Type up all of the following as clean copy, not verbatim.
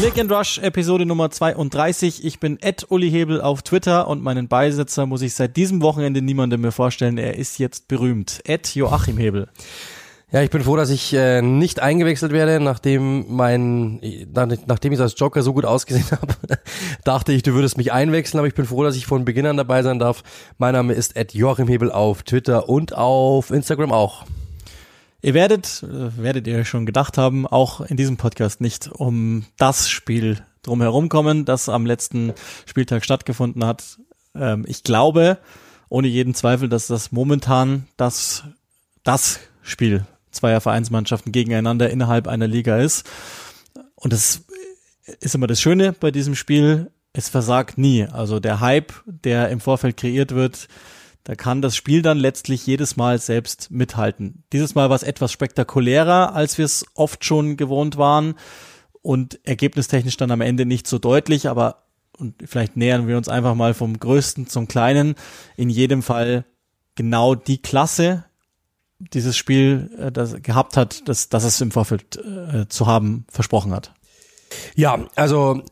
Click and Rush, Episode Nummer 32. Ich bin @Uli Hebel auf Twitter und meinen Beisitzer muss ich seit diesem Wochenende niemandem mehr vorstellen. Er ist jetzt berühmt. @Joachim Hebel. Ja, ich bin froh, dass ich nicht eingewechselt werde, nachdem ich als Joker so gut ausgesehen habe. Dachte ich, du würdest mich einwechseln, aber ich bin froh, dass ich von Beginn an dabei sein darf. Mein Name ist @Joachim Hebel auf Twitter und auf Instagram auch. Ihr werdet ihr schon gedacht haben, auch in diesem Podcast nicht um das Spiel drumherum kommen, das am letzten Spieltag stattgefunden hat. Ich glaube, ohne jeden Zweifel, dass das momentan das Spiel zweier Vereinsmannschaften gegeneinander innerhalb einer Liga ist. Und das ist immer das Schöne bei diesem Spiel, es versagt nie. Also der Hype, der im Vorfeld kreiert wird, da kann das Spiel dann letztlich jedes Mal selbst mithalten. Dieses Mal war es etwas spektakulärer, als wir es oft schon gewohnt waren und ergebnistechnisch dann am Ende nicht so deutlich, aber und vielleicht nähern wir uns einfach mal vom Größten zum Kleinen. In jedem Fall genau die Klasse, dieses Spiel das gehabt hat, dass es im Vorfeld zu haben versprochen hat. Ja, also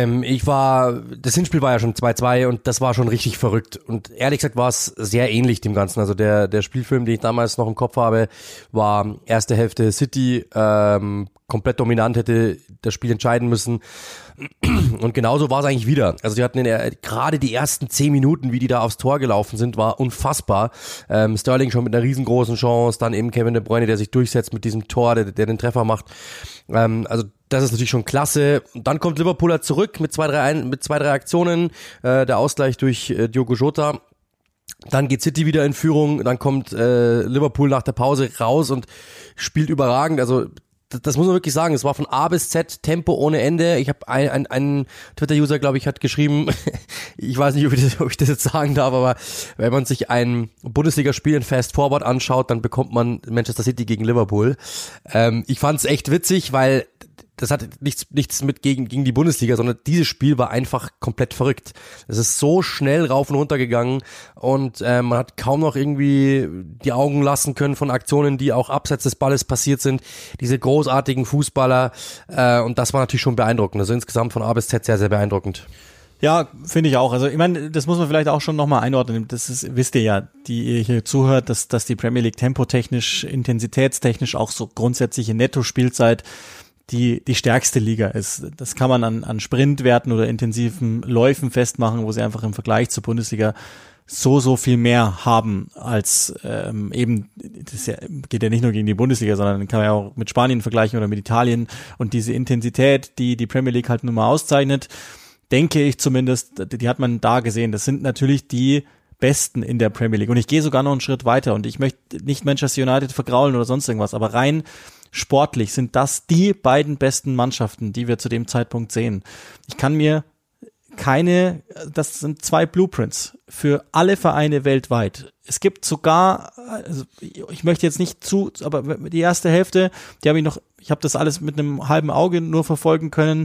das Hinspiel war ja schon 2-2 und das war schon richtig verrückt und ehrlich gesagt war es sehr ähnlich dem Ganzen. Also der Spielfilm, den ich damals noch im Kopf habe, war erste Hälfte City, komplett dominant, hätte das Spiel entscheiden müssen und genauso war es eigentlich wieder. Also die hatten gerade die ersten 10 Minuten, wie die da aufs Tor gelaufen sind, war unfassbar. Sterling schon mit einer riesengroßen Chance, dann eben Kevin De Bruyne, der sich durchsetzt mit diesem Tor, der den Treffer macht. Also das ist natürlich schon klasse. Und dann kommt Liverpool zurück mit zwei, drei Aktionen, der Ausgleich durch Diogo Jota. Dann geht City wieder in Führung, dann kommt Liverpool nach der Pause raus und spielt überragend. Also das muss man wirklich sagen, es war von A bis Z Tempo ohne Ende. Ich habe einen Twitter-User, glaube ich, hat geschrieben, ich weiß nicht, ob ich das jetzt sagen darf, aber wenn man sich ein Bundesligaspiel in Fast Forward anschaut, dann bekommt man Manchester City gegen Liverpool. Ich fand's echt witzig, weil das hat nichts mit gegen die Bundesliga, sondern dieses Spiel war einfach komplett verrückt. Es ist so schnell rauf und runter gegangen und man hat kaum noch irgendwie die Augen lassen können von Aktionen, die auch abseits des Balles passiert sind. Diese großartigen Fußballer und das war natürlich schon beeindruckend. Also insgesamt von A bis Z sehr, sehr beeindruckend. Ja, finde ich auch. Also ich meine, das muss man vielleicht auch schon nochmal einordnen. Das ist, wisst ihr ja, die ihr hier zuhört, dass die Premier League tempotechnisch, intensitätstechnisch auch so grundsätzliche Netto-Spielzeit die stärkste Liga ist. Das kann man an Sprintwerten oder intensiven Läufen festmachen, wo sie einfach im Vergleich zur Bundesliga so viel mehr haben als eben, das geht ja nicht nur gegen die Bundesliga, sondern kann man ja auch mit Spanien vergleichen oder mit Italien und diese Intensität, die Premier League halt nun mal auszeichnet, denke ich zumindest, die hat man da gesehen. Das sind natürlich die Besten in der Premier League und ich gehe sogar noch einen Schritt weiter und ich möchte nicht Manchester United vergraulen oder sonst irgendwas, aber rein sportlich sind das die beiden besten Mannschaften, die wir zu dem Zeitpunkt sehen. Ich kann mir das sind 2 Blueprints für alle Vereine weltweit. Es gibt sogar, also ich möchte jetzt nicht aber die erste Hälfte, ich habe das alles mit einem halben Auge nur verfolgen können,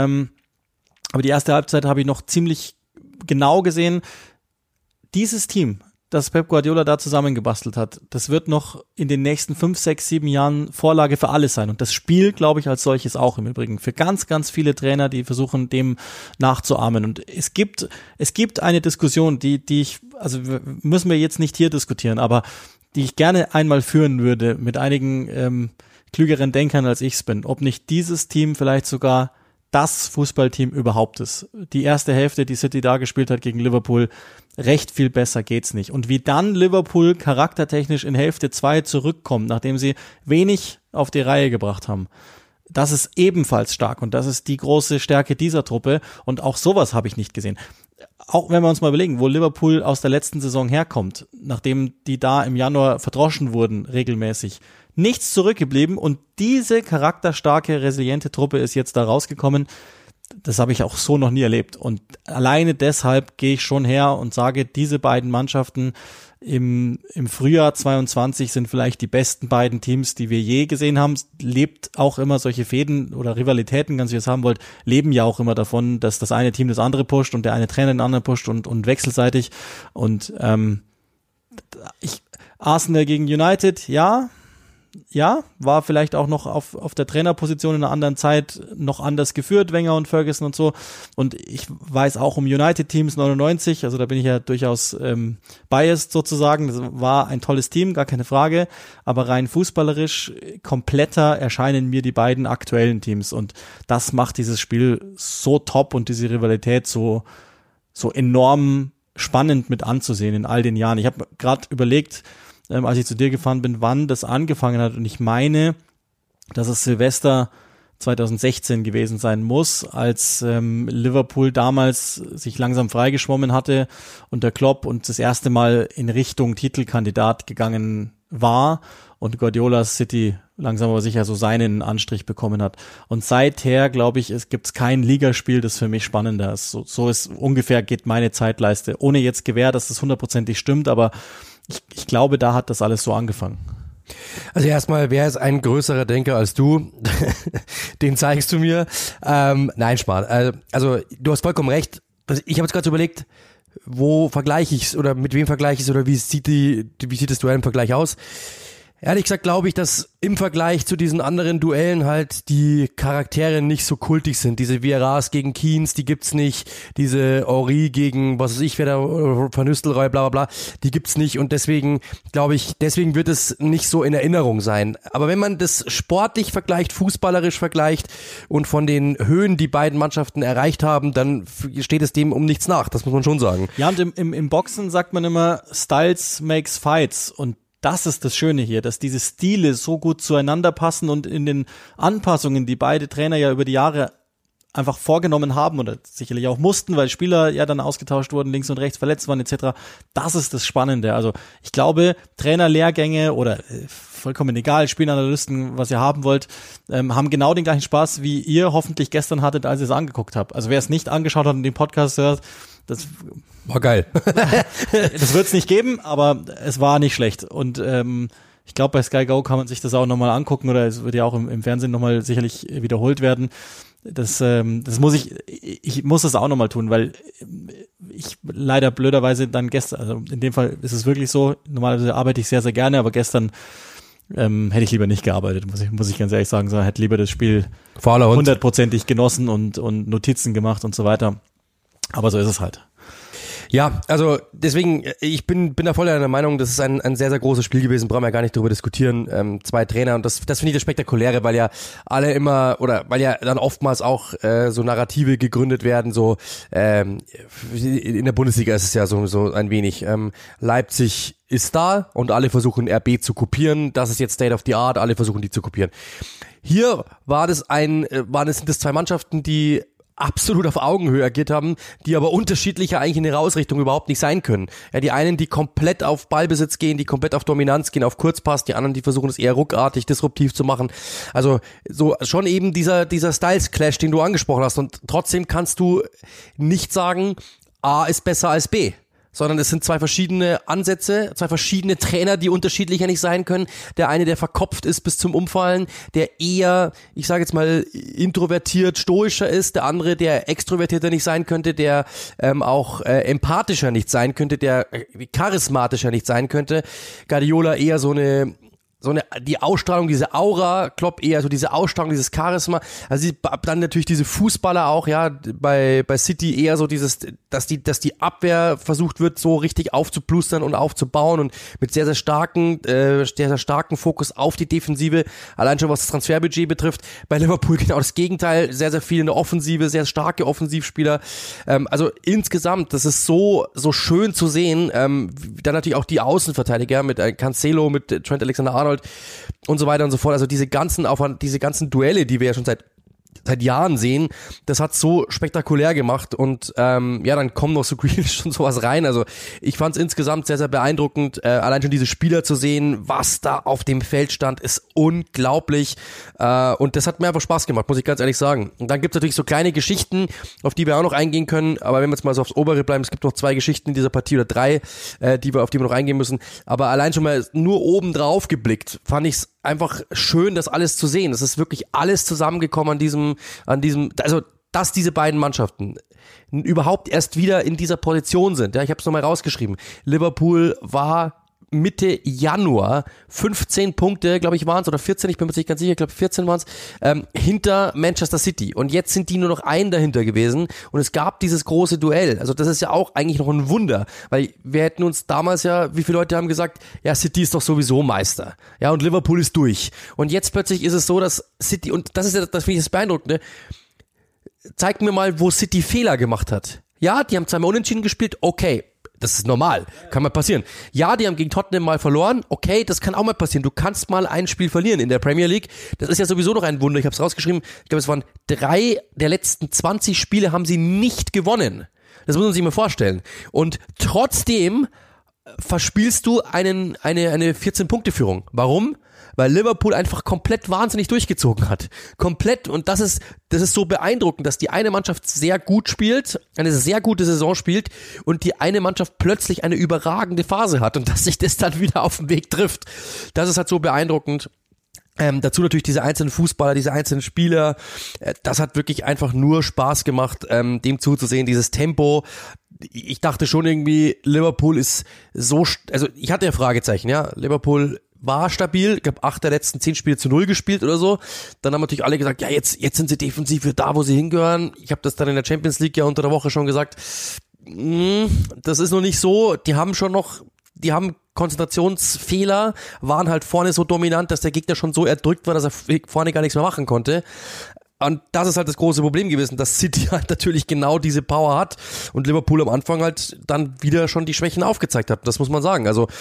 aber die erste Halbzeit habe ich noch ziemlich genau gesehen. Dieses Team, das Pep Guardiola da zusammengebastelt hat, das wird noch in den nächsten 5, 6, 7 Jahren Vorlage für alles sein. Und das Spiel, glaube ich, als solches auch im Übrigen. Für ganz, ganz viele Trainer, die versuchen, dem nachzuahmen. Und es gibt eine Diskussion, also müssen wir jetzt nicht hier diskutieren, aber die ich gerne einmal führen würde mit einigen klügeren Denkern, als ich es bin. Ob nicht dieses Team vielleicht sogar das Fußballteam überhaupt ist. Die erste Hälfte, die City da gespielt hat gegen Liverpool, recht viel besser geht's nicht. Und wie dann Liverpool charaktertechnisch in Hälfte 2 zurückkommt, nachdem sie wenig auf die Reihe gebracht haben, das ist ebenfalls stark und das ist die große Stärke dieser Truppe und auch sowas habe ich nicht gesehen. Auch wenn wir uns mal überlegen, wo Liverpool aus der letzten Saison herkommt, nachdem die da im Januar verdroschen wurden regelmäßig, nichts zurückgeblieben und diese charakterstarke, resiliente Truppe ist jetzt da rausgekommen. Das habe ich auch so noch nie erlebt und alleine deshalb gehe ich schon her und sage, diese beiden Mannschaften im Frühjahr 22 sind vielleicht die besten beiden Teams, die wir je gesehen haben. Lebt auch immer solche Fäden oder Rivalitäten, ganz wie ihr es haben wollt, leben ja auch immer davon, dass das eine Team das andere pusht und der eine Trainer den anderen pusht und wechselseitig und Arsenal gegen United, ja, ja, war vielleicht auch noch auf der Trainerposition in einer anderen Zeit noch anders geführt, Wenger und Ferguson und so. Und ich weiß auch um United-Teams 99, also da bin ich ja durchaus biased sozusagen. Das war ein tolles Team, gar keine Frage. Aber rein fußballerisch kompletter erscheinen mir die beiden aktuellen Teams. Und das macht dieses Spiel so top und diese Rivalität so enorm spannend mit anzusehen in all den Jahren. Ich habe gerade überlegt, als ich zu dir gefahren bin, wann das angefangen hat. Und ich meine, dass es Silvester 2016 gewesen sein muss, als Liverpool damals sich langsam freigeschwommen hatte unter Klopp und das erste Mal in Richtung Titelkandidat gegangen war und Guardiolas City langsam aber sicher so seinen Anstrich bekommen hat. Und seither, glaube ich, es gibt kein Ligaspiel, das für mich spannender ist. So ist ungefähr geht meine Zeitleiste. Ohne jetzt Gewähr, dass das 100% stimmt, aber ich glaube, da hat das alles so angefangen. Also erstmal, wer ist ein größerer Denker als du? Den zeigst du mir. Nein, Spaß. Also du hast vollkommen recht. Ich habe jetzt gerade so überlegt, wo vergleiche ich es oder mit wem vergleiche ich es oder wie sieht das Duell im Vergleich aus? Ehrlich gesagt glaube ich, dass im Vergleich zu diesen anderen Duellen halt die Charaktere nicht so kultig sind. Diese Vieira's gegen Keens, die gibt's nicht. Diese Henry gegen, was weiß ich, wer da, Van Nistelrooy, bla bla bla, die gibt's nicht. Und deswegen glaube ich, wird es nicht so in Erinnerung sein. Aber wenn man das sportlich vergleicht, fußballerisch vergleicht und von den Höhen, die beiden Mannschaften erreicht haben, dann steht es dem um nichts nach. Das muss man schon sagen. Ja, und im Boxen sagt man immer, Styles makes fights. Und das ist das Schöne hier, dass diese Stile so gut zueinander passen und in den Anpassungen, die beide Trainer ja über die Jahre einfach vorgenommen haben oder sicherlich auch mussten, weil Spieler ja dann ausgetauscht wurden, links und rechts verletzt waren etc. Das ist das Spannende. Also ich glaube, Trainerlehrgänge oder vollkommen egal, Spielanalysten, was ihr haben wollt, haben genau den gleichen Spaß, wie ihr hoffentlich gestern hattet, als ihr es angeguckt habt. Also wer es nicht angeschaut hat und den Podcast hört, das war geil. Das wird es nicht geben, aber es war nicht schlecht. Und ich glaube, bei Sky Go kann man sich das auch nochmal angucken oder es wird ja auch im Fernsehen nochmal sicherlich wiederholt werden. Das muss ich muss es auch nochmal tun, weil ich leider blöderweise dann gestern, also in dem Fall ist es wirklich so, normalerweise arbeite ich sehr, sehr gerne, aber gestern hätte ich lieber nicht gearbeitet, muss ich ganz ehrlich sagen, sondern hätte lieber das Spiel 100%ig genossen und Notizen gemacht und so weiter. Aber so ist es halt. Ja, also deswegen, ich bin da voll der Meinung, das ist ein sehr, sehr großes Spiel gewesen, brauchen wir gar nicht drüber diskutieren. Zwei Trainer und das finde ich das Spektakuläre, weil ja alle immer, oder weil ja dann oftmals auch so Narrative gegründet werden, so in der Bundesliga ist es ja so ein wenig. Leipzig ist da und alle versuchen RB zu kopieren, das ist jetzt State of the Art, alle versuchen die zu kopieren. Hier sind das zwei Mannschaften, die absolut auf Augenhöhe agiert haben, die aber unterschiedlicher eigentlich in ihrer Ausrichtung überhaupt nicht sein können. Ja, die einen, die komplett auf Ballbesitz gehen, die komplett auf Dominanz gehen, auf Kurzpass, die anderen, die versuchen es eher ruckartig, disruptiv zu machen. Also so schon eben dieser Styles-Clash, den du angesprochen hast und trotzdem kannst du nicht sagen, A ist besser als B. Sondern es sind zwei verschiedene Ansätze, zwei verschiedene Trainer, die unterschiedlicher nicht sein können. Der eine, der verkopft ist bis zum Umfallen, der eher, ich sage jetzt mal, introvertiert, stoischer ist. Der andere, der extrovertierter nicht sein könnte, der auch empathischer nicht sein könnte, der charismatischer nicht sein könnte. Guardiola eher die Ausstrahlung, diese Aura, Klopp eher so diese Ausstrahlung, dieses Charisma, also dann natürlich diese Fußballer auch, ja, bei City eher so dieses, dass die Abwehr versucht wird, so richtig aufzuplustern und aufzubauen und mit sehr, sehr starken Fokus auf die Defensive, allein schon was das Transferbudget betrifft, bei Liverpool genau das Gegenteil, sehr, sehr viel in der Offensive, sehr starke Offensivspieler, also insgesamt, das ist so schön zu sehen, dann natürlich auch die Außenverteidiger mit Cancelo, mit Trent Alexander-Arnold und so weiter und so fort. Also diese ganzen Duelle, die wir ja schon seit Jahren sehen, das hat so spektakulär gemacht und dann kommen noch so Grealish und sowas rein. Also ich fand es insgesamt sehr, sehr beeindruckend. Allein schon diese Spieler zu sehen, was da auf dem Feld stand, ist unglaublich. Und das hat mir einfach Spaß gemacht, muss ich ganz ehrlich sagen. Und dann gibt es natürlich so kleine Geschichten, auf die wir auch noch eingehen können. Aber wenn wir jetzt mal so aufs Obere bleiben, es gibt noch 2 Geschichten in dieser Partie oder 3, auf die wir noch eingehen müssen. Aber allein schon mal nur oben drauf geblickt, fand ich es einfach schön, das alles zu sehen. Es ist wirklich alles zusammengekommen an diesem, also dass diese beiden Mannschaften überhaupt erst wieder in dieser Position sind. Ja, ich habe es nochmal rausgeschrieben. Liverpool war Mitte Januar 15 Punkte, glaube ich, waren es, oder 14, ich bin mir nicht ganz sicher, ich glaube 14 waren es, hinter Manchester City. Und jetzt sind die nur noch einen dahinter gewesen und es gab dieses große Duell. Also das ist ja auch eigentlich noch ein Wunder, weil wir hätten uns damals ja, wie viele Leute haben gesagt, ja, City ist doch sowieso Meister. Ja, und Liverpool ist durch. Und jetzt plötzlich ist es so, dass City, und das ist ja, das finde ich das Beeindruckende, zeig mir mal, wo City Fehler gemacht hat. Ja, die haben zweimal unentschieden gespielt, okay. Das ist normal, kann mal passieren. Ja, die haben gegen Tottenham mal verloren, okay, das kann auch mal passieren. Du kannst mal ein Spiel verlieren in der Premier League. Das ist ja sowieso noch ein Wunder, ich habe es rausgeschrieben. Ich glaube, es waren 3 der letzten 20 Spiele haben sie nicht gewonnen. Das muss man sich mal vorstellen. Und trotzdem verspielst du eine 14-Punkte-Führung. Warum? Weil Liverpool einfach komplett wahnsinnig durchgezogen hat. Komplett, und das ist so beeindruckend, dass die eine Mannschaft sehr gut spielt, eine sehr gute Saison spielt und die eine Mannschaft plötzlich eine überragende Phase hat und dass sich das dann wieder auf dem Weg trifft. Das ist halt so beeindruckend. Dazu natürlich diese einzelnen Fußballer, diese einzelnen Spieler, das hat wirklich einfach nur Spaß gemacht, dem zuzusehen, dieses Tempo. Ich dachte schon irgendwie, Liverpool ist so, also ich hatte ja Fragezeichen, ja, Liverpool war stabil, ich glaube 8 der letzten 10 Spiele zu 0 gespielt oder so. Dann haben natürlich alle gesagt, ja, jetzt sind sie defensiv wieder da, wo sie hingehören. Ich habe das dann in der Champions League ja unter der Woche schon gesagt. Das ist noch nicht so. Die haben Konzentrationsfehler, waren halt vorne so dominant, dass der Gegner schon so erdrückt war, dass er vorne gar nichts mehr machen konnte. Und das ist halt das große Problem gewesen, dass City halt natürlich genau diese Power hat und Liverpool am Anfang halt dann wieder schon die Schwächen aufgezeigt hat. Das muss man sagen. Also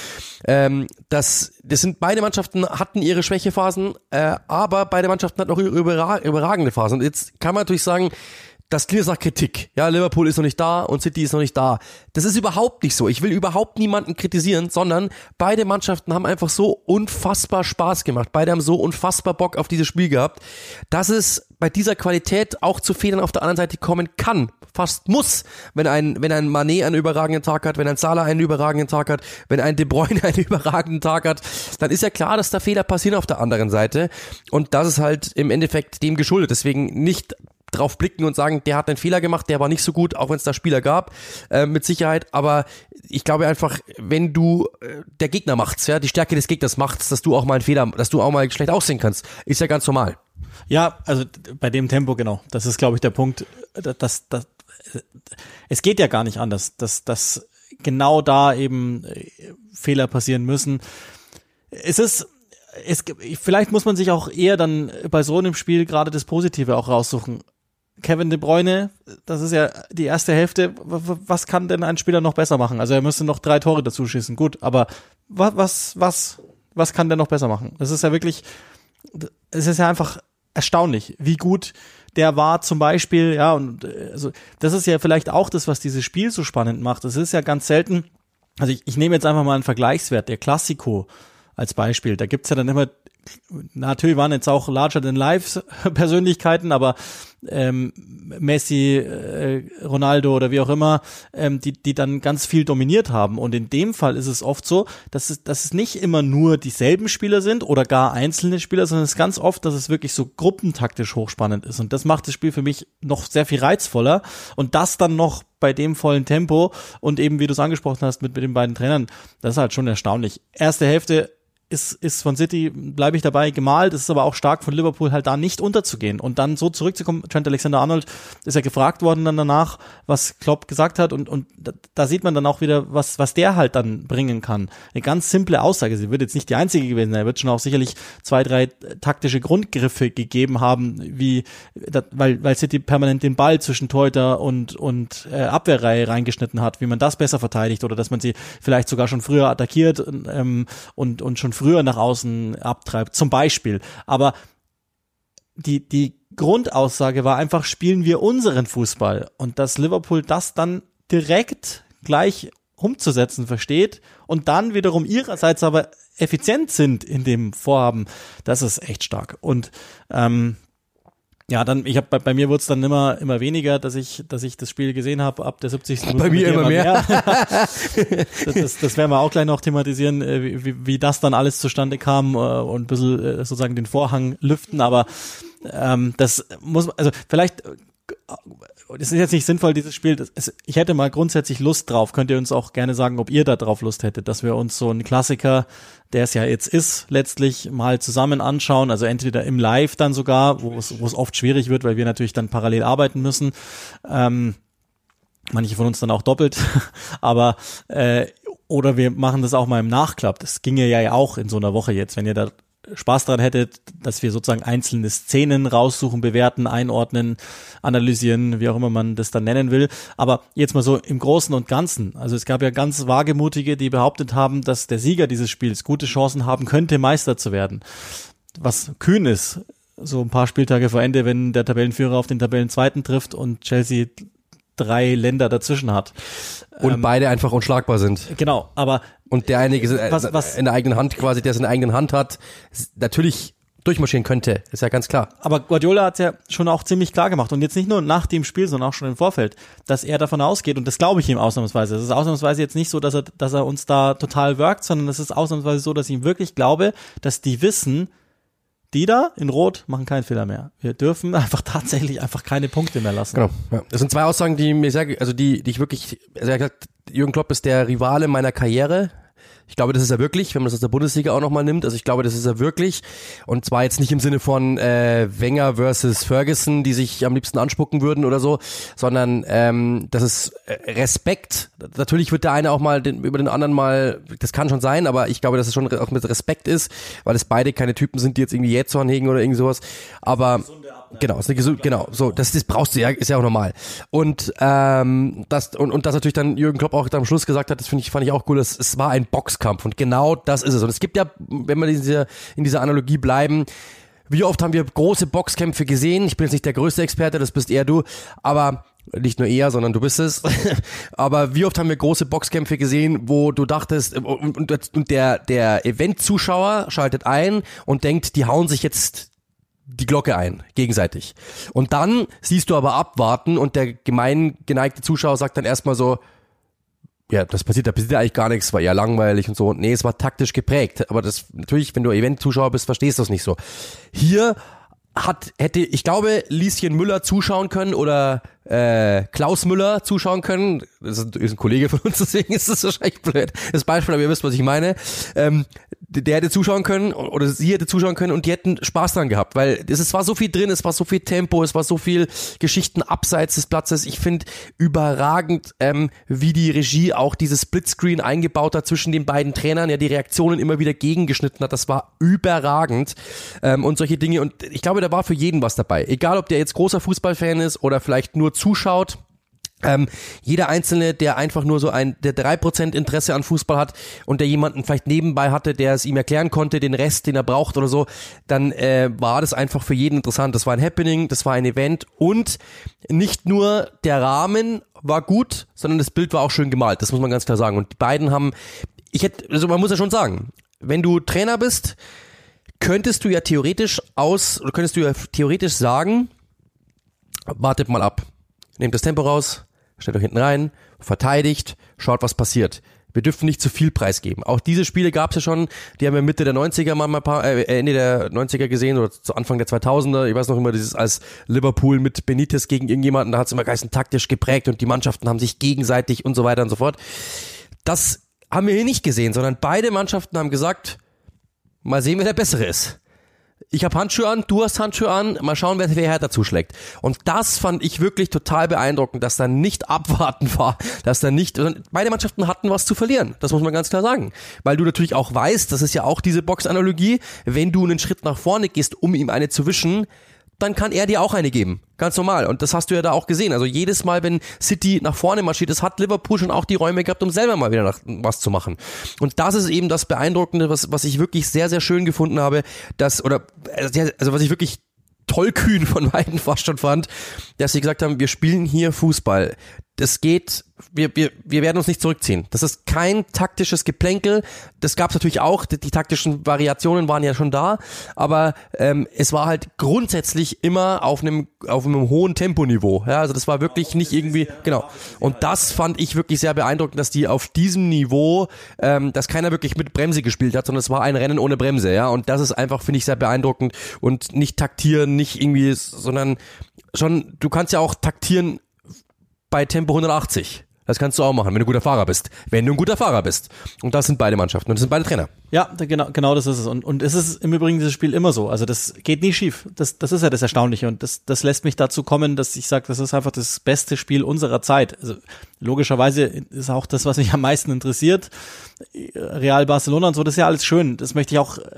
das sind beide Mannschaften hatten ihre Schwächephasen, aber beide Mannschaften hatten auch ihre überragende Phasen. Und jetzt kann man natürlich sagen, das klingt jetzt nach Kritik. Ja, Liverpool ist noch nicht da und City ist noch nicht da. Das ist überhaupt nicht so. Ich will überhaupt niemanden kritisieren, sondern beide Mannschaften haben einfach so unfassbar Spaß gemacht. Beide haben so unfassbar Bock auf dieses Spiel gehabt, dass es bei dieser Qualität auch zu Fehlern auf der anderen Seite kommen kann. Fast muss. Wenn ein Mané einen überragenden Tag hat, wenn ein Salah einen überragenden Tag hat, wenn ein De Bruyne einen überragenden Tag hat, dann ist ja klar, dass da Fehler passieren auf der anderen Seite. Und das ist halt im Endeffekt dem geschuldet. Deswegen nicht drauf blicken und sagen, der hat einen Fehler gemacht, der war nicht so gut, auch wenn es da Spieler gab, mit Sicherheit, aber ich glaube einfach, wenn der Gegner macht's, ja, die Stärke des Gegners macht's, dass du auch mal einen Fehler, dass du auch mal schlecht aussehen kannst, ist ja ganz normal. Ja, also bei dem Tempo, genau, das ist, glaube ich, der Punkt, dass es geht ja gar nicht anders, dass genau da eben Fehler passieren müssen. Vielleicht muss man sich auch eher dann bei so einem Spiel gerade das Positive auch raussuchen. Kevin De Bruyne, das ist ja die erste Hälfte. Was kann denn ein Spieler noch besser machen? Also er müsste noch 3 Tore dazu schießen. Gut, aber was kann der noch besser machen? Das ist ja wirklich, es ist ja einfach erstaunlich, wie gut der war zum Beispiel, ja, und also das ist ja vielleicht auch das, was dieses Spiel so spannend macht. Es ist ja ganz selten, also ich nehme jetzt einfach mal einen Vergleichswert, der Classico als Beispiel. Da gibt's ja dann immer, natürlich waren jetzt auch Larger-than-Life-Persönlichkeiten, aber Messi, Ronaldo oder wie auch immer, die dann ganz viel dominiert haben. Und in dem Fall ist es oft so, dass es nicht immer nur dieselben Spieler sind oder gar einzelne Spieler, sondern es ist ganz oft, dass es wirklich so gruppentaktisch hochspannend ist. Und das macht das Spiel für mich noch sehr viel reizvoller. Und das dann noch bei dem vollen Tempo und eben, wie du es angesprochen hast, mit den beiden Trainern, das ist halt schon erstaunlich. Erste Hälfte ist von City, bleibe ich dabei, gemalt. Es ist aber auch stark von Liverpool, halt da nicht unterzugehen und dann so zurückzukommen. Trent Alexander-Arnold ist ja gefragt worden dann danach, was Klopp gesagt hat und da sieht man dann auch wieder, was der halt dann bringen kann. Eine ganz simple Aussage. Sie wird jetzt nicht die einzige gewesen sein. Er wird schon auch sicherlich 2, 3 taktische Grundgriffe gegeben haben, weil City permanent den Ball zwischen Torhüter und Abwehrreihe reingeschnitten hat, wie man das besser verteidigt oder dass man sie vielleicht sogar schon früher attackiert und schon früher nach außen abtreibt, zum Beispiel. Aber die Grundaussage war einfach, spielen wir unseren Fußball und dass Liverpool das dann direkt gleich umzusetzen versteht und dann wiederum ihrerseits aber effizient sind in dem Vorhaben, das ist echt stark. Und ja, dann bei mir wurde es dann immer weniger, dass ich das Spiel gesehen habe ab der 70. Minute. Bei mir immer mehr. Das werden wir auch gleich noch thematisieren, wie das dann alles zustande kam und ein bisschen sozusagen den Vorhang lüften, aber das muss, also vielleicht es ist jetzt nicht sinnvoll, dieses Spiel, ich hätte mal grundsätzlich Lust drauf, könnt ihr uns auch gerne sagen, ob ihr da drauf Lust hättet, dass wir uns so einen Klassiker, der es ja jetzt ist, letztlich mal zusammen anschauen, also entweder im Live dann sogar, wo es oft schwierig wird, weil wir natürlich dann parallel arbeiten müssen, manche von uns dann auch doppelt, aber oder wir machen das auch mal im Nachklapp, das ginge ja auch in so einer Woche jetzt, wenn ihr da Spaß daran hättet, dass wir sozusagen einzelne Szenen raussuchen, bewerten, einordnen, analysieren, wie auch immer man das dann nennen will. Aber jetzt mal so im Großen und Ganzen. Also es gab ja ganz Wagemutige, die behauptet haben, dass der Sieger dieses Spiels gute Chancen haben könnte, Meister zu werden. Was kühn ist, so ein paar Spieltage vor Ende, wenn der Tabellenführer auf den Tabellenzweiten trifft und Chelsea 3 Länder dazwischen hat. Und beide einfach unschlagbar sind. Genau, aber und der einige in der eigenen Hand quasi, der es in der eigenen Hand hat, natürlich durchmarschieren könnte, ist ja ganz klar. Aber Guardiola hat es ja schon auch ziemlich klar gemacht und jetzt nicht nur nach dem Spiel, sondern auch schon im Vorfeld, dass er davon ausgeht und das glaube ich ihm ausnahmsweise. Es ist ausnahmsweise jetzt nicht so, dass er uns da total wirkt, sondern es ist ausnahmsweise so, dass ich ihm wirklich glaube, dass die wissen, die da in Rot machen keinen Fehler mehr. Wir dürfen tatsächlich keine Punkte mehr lassen. Genau. Ja. Das sind 2 Aussagen, die mir die ich wirklich, also er hat gesagt, Jürgen Klopp ist der Rivale meiner Karriere. Ich glaube, das ist er wirklich, wenn man das aus der Bundesliga auch nochmal nimmt. Also ich glaube, das ist er wirklich. Und zwar jetzt nicht im Sinne von Wenger versus Ferguson, die sich am liebsten anspucken würden oder so, sondern das ist Respekt. Natürlich wird der eine auch mal über den anderen mal, das kann schon sein, aber ich glaube, dass es schon auch mit Respekt ist, weil es beide keine Typen sind, die jetzt irgendwie Jähzorn hegen oder irgend sowas. Aber genau, ist eine so, das brauchst du ja, ist ja auch normal. Und das natürlich dann Jürgen Klopp auch am Schluss gesagt hat, das fand ich auch cool, es war ein Boxkampf und genau das ist es. Und es gibt ja, wenn wir in dieser Analogie bleiben, wie oft haben wir große Boxkämpfe gesehen? Ich bin jetzt nicht der größte Experte, das bist eher du, aber nicht nur eher, sondern du bist es. Aber wie oft haben wir große Boxkämpfe gesehen, wo du dachtest, und der Event-Zuschauer schaltet ein und denkt, die hauen sich jetzt die Glocke ein, gegenseitig. Und dann siehst du aber abwarten und der geneigte Zuschauer sagt dann erstmal so, ja, da passiert ja eigentlich gar nichts, war eher langweilig und so. Und nee, es war taktisch geprägt. Aber das, natürlich, wenn du Event-Zuschauer bist, verstehst du das nicht so. Hier hätte, ich glaube, Lieschen Müller zuschauen können oder Klaus Müller zuschauen können. Das ist ein Kollege von uns, deswegen ist das wahrscheinlich blöd. Das Beispiel, aber ihr wisst, was ich meine. Der hätte zuschauen können oder sie hätte zuschauen können und die hätten Spaß dran gehabt, weil es war so viel drin, es war so viel Tempo, es war so viel Geschichten abseits des Platzes. Ich finde überragend, wie die Regie auch dieses Splitscreen eingebaut hat zwischen den beiden Trainern, ja die Reaktionen immer wieder gegengeschnitten hat. Das war überragend und solche Dinge. Und ich glaube, da war für jeden was dabei. Egal, ob der jetzt großer Fußballfan ist oder vielleicht nur zuschaut. Jeder Einzelne, der einfach nur der 3% Interesse an Fußball hat und der jemanden vielleicht nebenbei hatte, der es ihm erklären konnte, den Rest, den er braucht oder so, dann war das einfach für jeden interessant. Das war ein Happening, das war ein Event und nicht nur der Rahmen war gut, sondern das Bild war auch schön gemalt. Das muss man ganz klar sagen. Und die beiden haben, man muss ja schon sagen, wenn du Trainer bist, könntest du ja theoretisch sagen, wartet mal ab. Nehmt das Tempo raus, stellt euch hinten rein, verteidigt, schaut, was passiert. Wir dürfen nicht zu viel preisgeben. Auch diese Spiele gab es ja schon, die haben wir Mitte der 90er Ende der 90er gesehen oder zu Anfang der 2000er. Ich weiß noch immer, dieses als Liverpool mit Benitez gegen irgendjemanden, da hat es immer geheißen, taktisch geprägt und die Mannschaften haben sich gegenseitig und so weiter und so fort. Das haben wir hier nicht gesehen, sondern beide Mannschaften haben gesagt, mal sehen, wer der Bessere ist. Ich habe Handschuhe an, du hast Handschuhe an, mal schauen, wer härter zuschlägt. Und das fand ich wirklich total beeindruckend, dass da nicht abwarten war, beide Mannschaften hatten was zu verlieren, das muss man ganz klar sagen. Weil du natürlich auch weißt, das ist ja auch diese Boxanalogie, wenn du einen Schritt nach vorne gehst, um ihm eine zu wischen, dann kann er dir auch eine geben. Ganz normal. Und das hast du ja da auch gesehen. Also jedes Mal, wenn City nach vorne marschiert ist, hat Liverpool schon auch die Räume gehabt, um selber mal wieder was zu machen. Und das ist eben das Beeindruckende, was ich wirklich sehr, sehr schön gefunden habe, was ich wirklich tollkühn von beiden fast schon fand, dass sie gesagt haben, wir spielen hier Fußball. Das geht, wir werden uns nicht zurückziehen. Das ist kein taktisches Geplänkel. Das gab es natürlich auch. Die taktischen Variationen waren ja schon da. Aber es war halt grundsätzlich immer auf einem hohen Temponiveau. Ja, also das war wirklich nicht irgendwie, genau. Und das fand ich wirklich sehr beeindruckend, dass die auf diesem Niveau, dass keiner wirklich mit Bremse gespielt hat, sondern es war ein Rennen ohne Bremse. Ja, und das ist einfach, finde ich, sehr beeindruckend und nicht taktieren, nicht irgendwie, sondern du kannst ja auch taktieren bei Tempo 180. Das kannst du auch machen, wenn du ein guter Fahrer bist. Und das sind beide Mannschaften und das sind beide Trainer. Ja, genau das ist es. Und es ist im Übrigen dieses Spiel immer so. Also das geht nie schief. Das ist ja das Erstaunliche. Und das lässt mich dazu kommen, dass ich sage, das ist einfach das beste Spiel unserer Zeit. Also logischerweise ist auch das, was mich am meisten interessiert. Real Barcelona und so, das ist ja alles schön. Das möchte ich auch,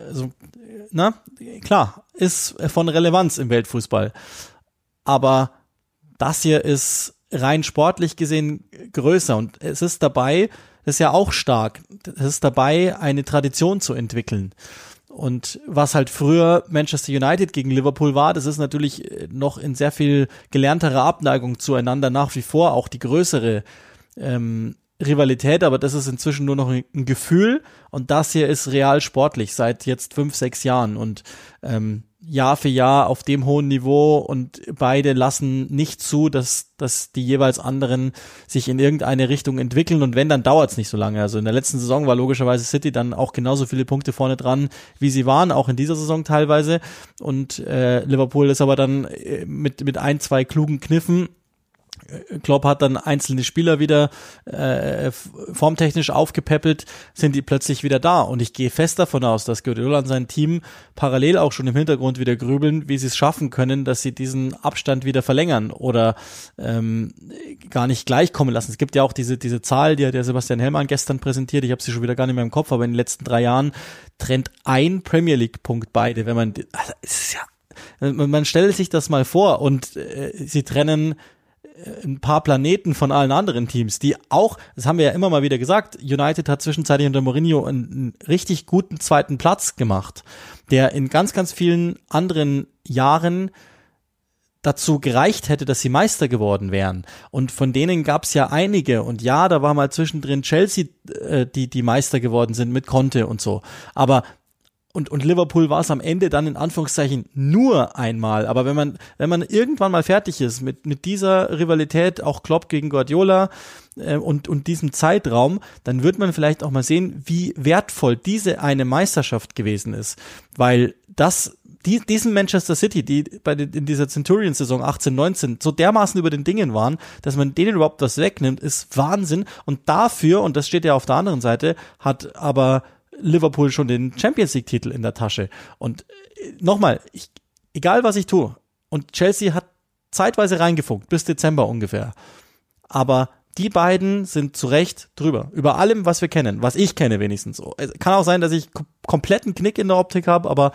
klar, ist von Relevanz im Weltfußball. Aber das hier ist rein sportlich gesehen größer und es ist dabei, das ist ja auch stark, es ist dabei, eine Tradition zu entwickeln. Und was halt früher Manchester United gegen Liverpool war, das ist natürlich noch in sehr viel gelernterer Abneigung zueinander nach wie vor auch die größere Rivalität, aber das ist inzwischen nur noch ein Gefühl und das hier ist real sportlich seit jetzt 5-6 Jahren und Jahr für Jahr auf dem hohen Niveau und beide lassen nicht zu, dass die jeweils anderen sich in irgendeine Richtung entwickeln und wenn, dann dauert es nicht so lange. Also in der letzten Saison war logischerweise City dann auch genauso viele Punkte vorne dran, wie sie waren, auch in dieser Saison teilweise und Liverpool ist aber dann mit 1-2 klugen Kniffen. Klopp hat dann einzelne Spieler wieder formtechnisch aufgepäppelt, sind die plötzlich wieder da. Und ich gehe fest davon aus, dass Guardiola und sein Team parallel auch schon im Hintergrund wieder grübeln, wie sie es schaffen können, dass sie diesen Abstand wieder verlängern oder gar nicht gleich kommen lassen. Es gibt ja auch diese Zahl, die hat der Sebastian Hellmann gestern präsentiert, ich habe sie schon wieder gar nicht mehr im Kopf, aber in den letzten 3 Jahren trennt ein Premier League-Punkt beide. Wenn man, also es ist ja, man stellt sich das mal vor und sie trennen ein paar Planeten von allen anderen Teams, die auch, das haben wir ja immer mal wieder gesagt, United hat zwischenzeitlich unter Mourinho einen richtig guten 2. Platz gemacht, der in ganz, ganz vielen anderen Jahren dazu gereicht hätte, dass sie Meister geworden wären. Und von denen gab es ja einige. Und ja, da war mal zwischendrin Chelsea, die Meister geworden sind mit Conte und so. Aber und Liverpool war es am Ende dann in Anführungszeichen nur einmal. Aber wenn man irgendwann mal fertig ist mit dieser Rivalität, auch Klopp gegen Guardiola und diesem Zeitraum, dann wird man vielleicht auch mal sehen, wie wertvoll diese eine Meisterschaft gewesen ist. Weil diesen Manchester City, die in dieser Centurion-Saison 18-19 so dermaßen über den Dingen waren, dass man denen überhaupt was wegnimmt, ist Wahnsinn. Und dafür, und das steht ja auf der anderen Seite, hat aber Liverpool schon den Champions-League-Titel in der Tasche. Und nochmal, egal was ich tue, und Chelsea hat zeitweise reingefunkt, bis Dezember ungefähr. Aber die beiden sind zu Recht drüber. Über allem, was wir kennen, was ich kenne wenigstens. Es kann auch sein, dass ich kompletten Knick in der Optik habe, aber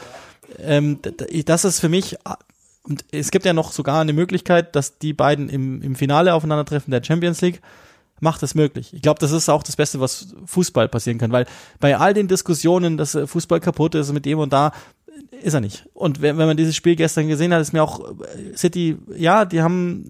das ist für mich, und es gibt ja noch sogar eine Möglichkeit, dass die beiden im Finale aufeinandertreffen der Champions League. Macht es möglich. Ich glaube, das ist auch das Beste, was Fußball passieren kann, weil bei all den Diskussionen, dass Fußball kaputt ist mit dem und da, ist er nicht. Und wenn man dieses Spiel gestern gesehen hat, ist mir auch City, ja, die haben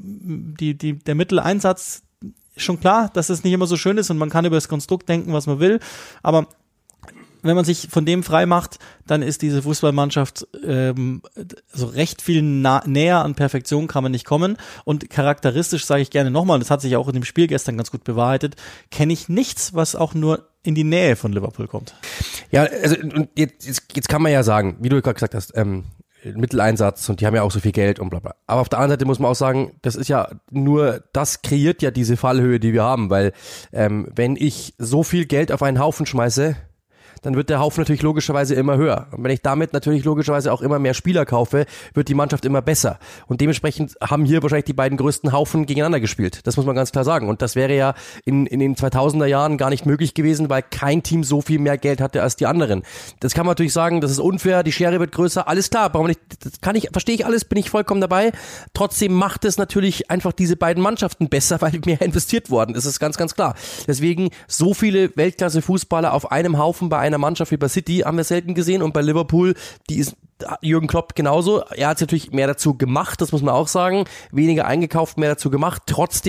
der Mitteleinsatz, schon klar, dass es nicht immer so schön ist und man kann über das Konstrukt denken, was man will, aber wenn man sich von dem frei macht, dann ist diese Fußballmannschaft so recht viel näher an Perfektion kann man nicht kommen. Und charakteristisch sage ich gerne nochmal, und das hat sich auch in dem Spiel gestern ganz gut bewahrheitet, kenne ich nichts, was auch nur in die Nähe von Liverpool kommt. Ja, also und jetzt kann man ja sagen, wie du gerade gesagt hast, Mitteleinsatz und die haben ja auch so viel Geld und bla bla. Aber auf der anderen Seite muss man auch sagen, das ist ja nur, das kreiert ja diese Fallhöhe, die wir haben, weil wenn ich so viel Geld auf einen Haufen schmeiße, dann wird der Haufen natürlich logischerweise immer höher. Und wenn ich damit natürlich logischerweise auch immer mehr Spieler kaufe, wird die Mannschaft immer besser. Und dementsprechend haben hier wahrscheinlich die beiden größten Haufen gegeneinander gespielt. Das muss man ganz klar sagen. Und das wäre ja in den 2000er Jahren gar nicht möglich gewesen, weil kein Team so viel mehr Geld hatte als die anderen. Das kann man natürlich sagen, das ist unfair, die Schere wird größer, alles klar, verstehe ich alles, bin ich vollkommen dabei. Trotzdem macht es natürlich einfach diese beiden Mannschaften besser, weil mehr investiert worden ist, ganz, ganz klar. Deswegen so viele Weltklasse-Fußballer auf einem Haufen bei einer Mannschaft wie bei City haben wir selten gesehen und bei Liverpool, die ist Jürgen Klopp genauso. Er hat natürlich mehr dazu gemacht, das muss man auch sagen, weniger eingekauft, mehr dazu gemacht. Trotzdem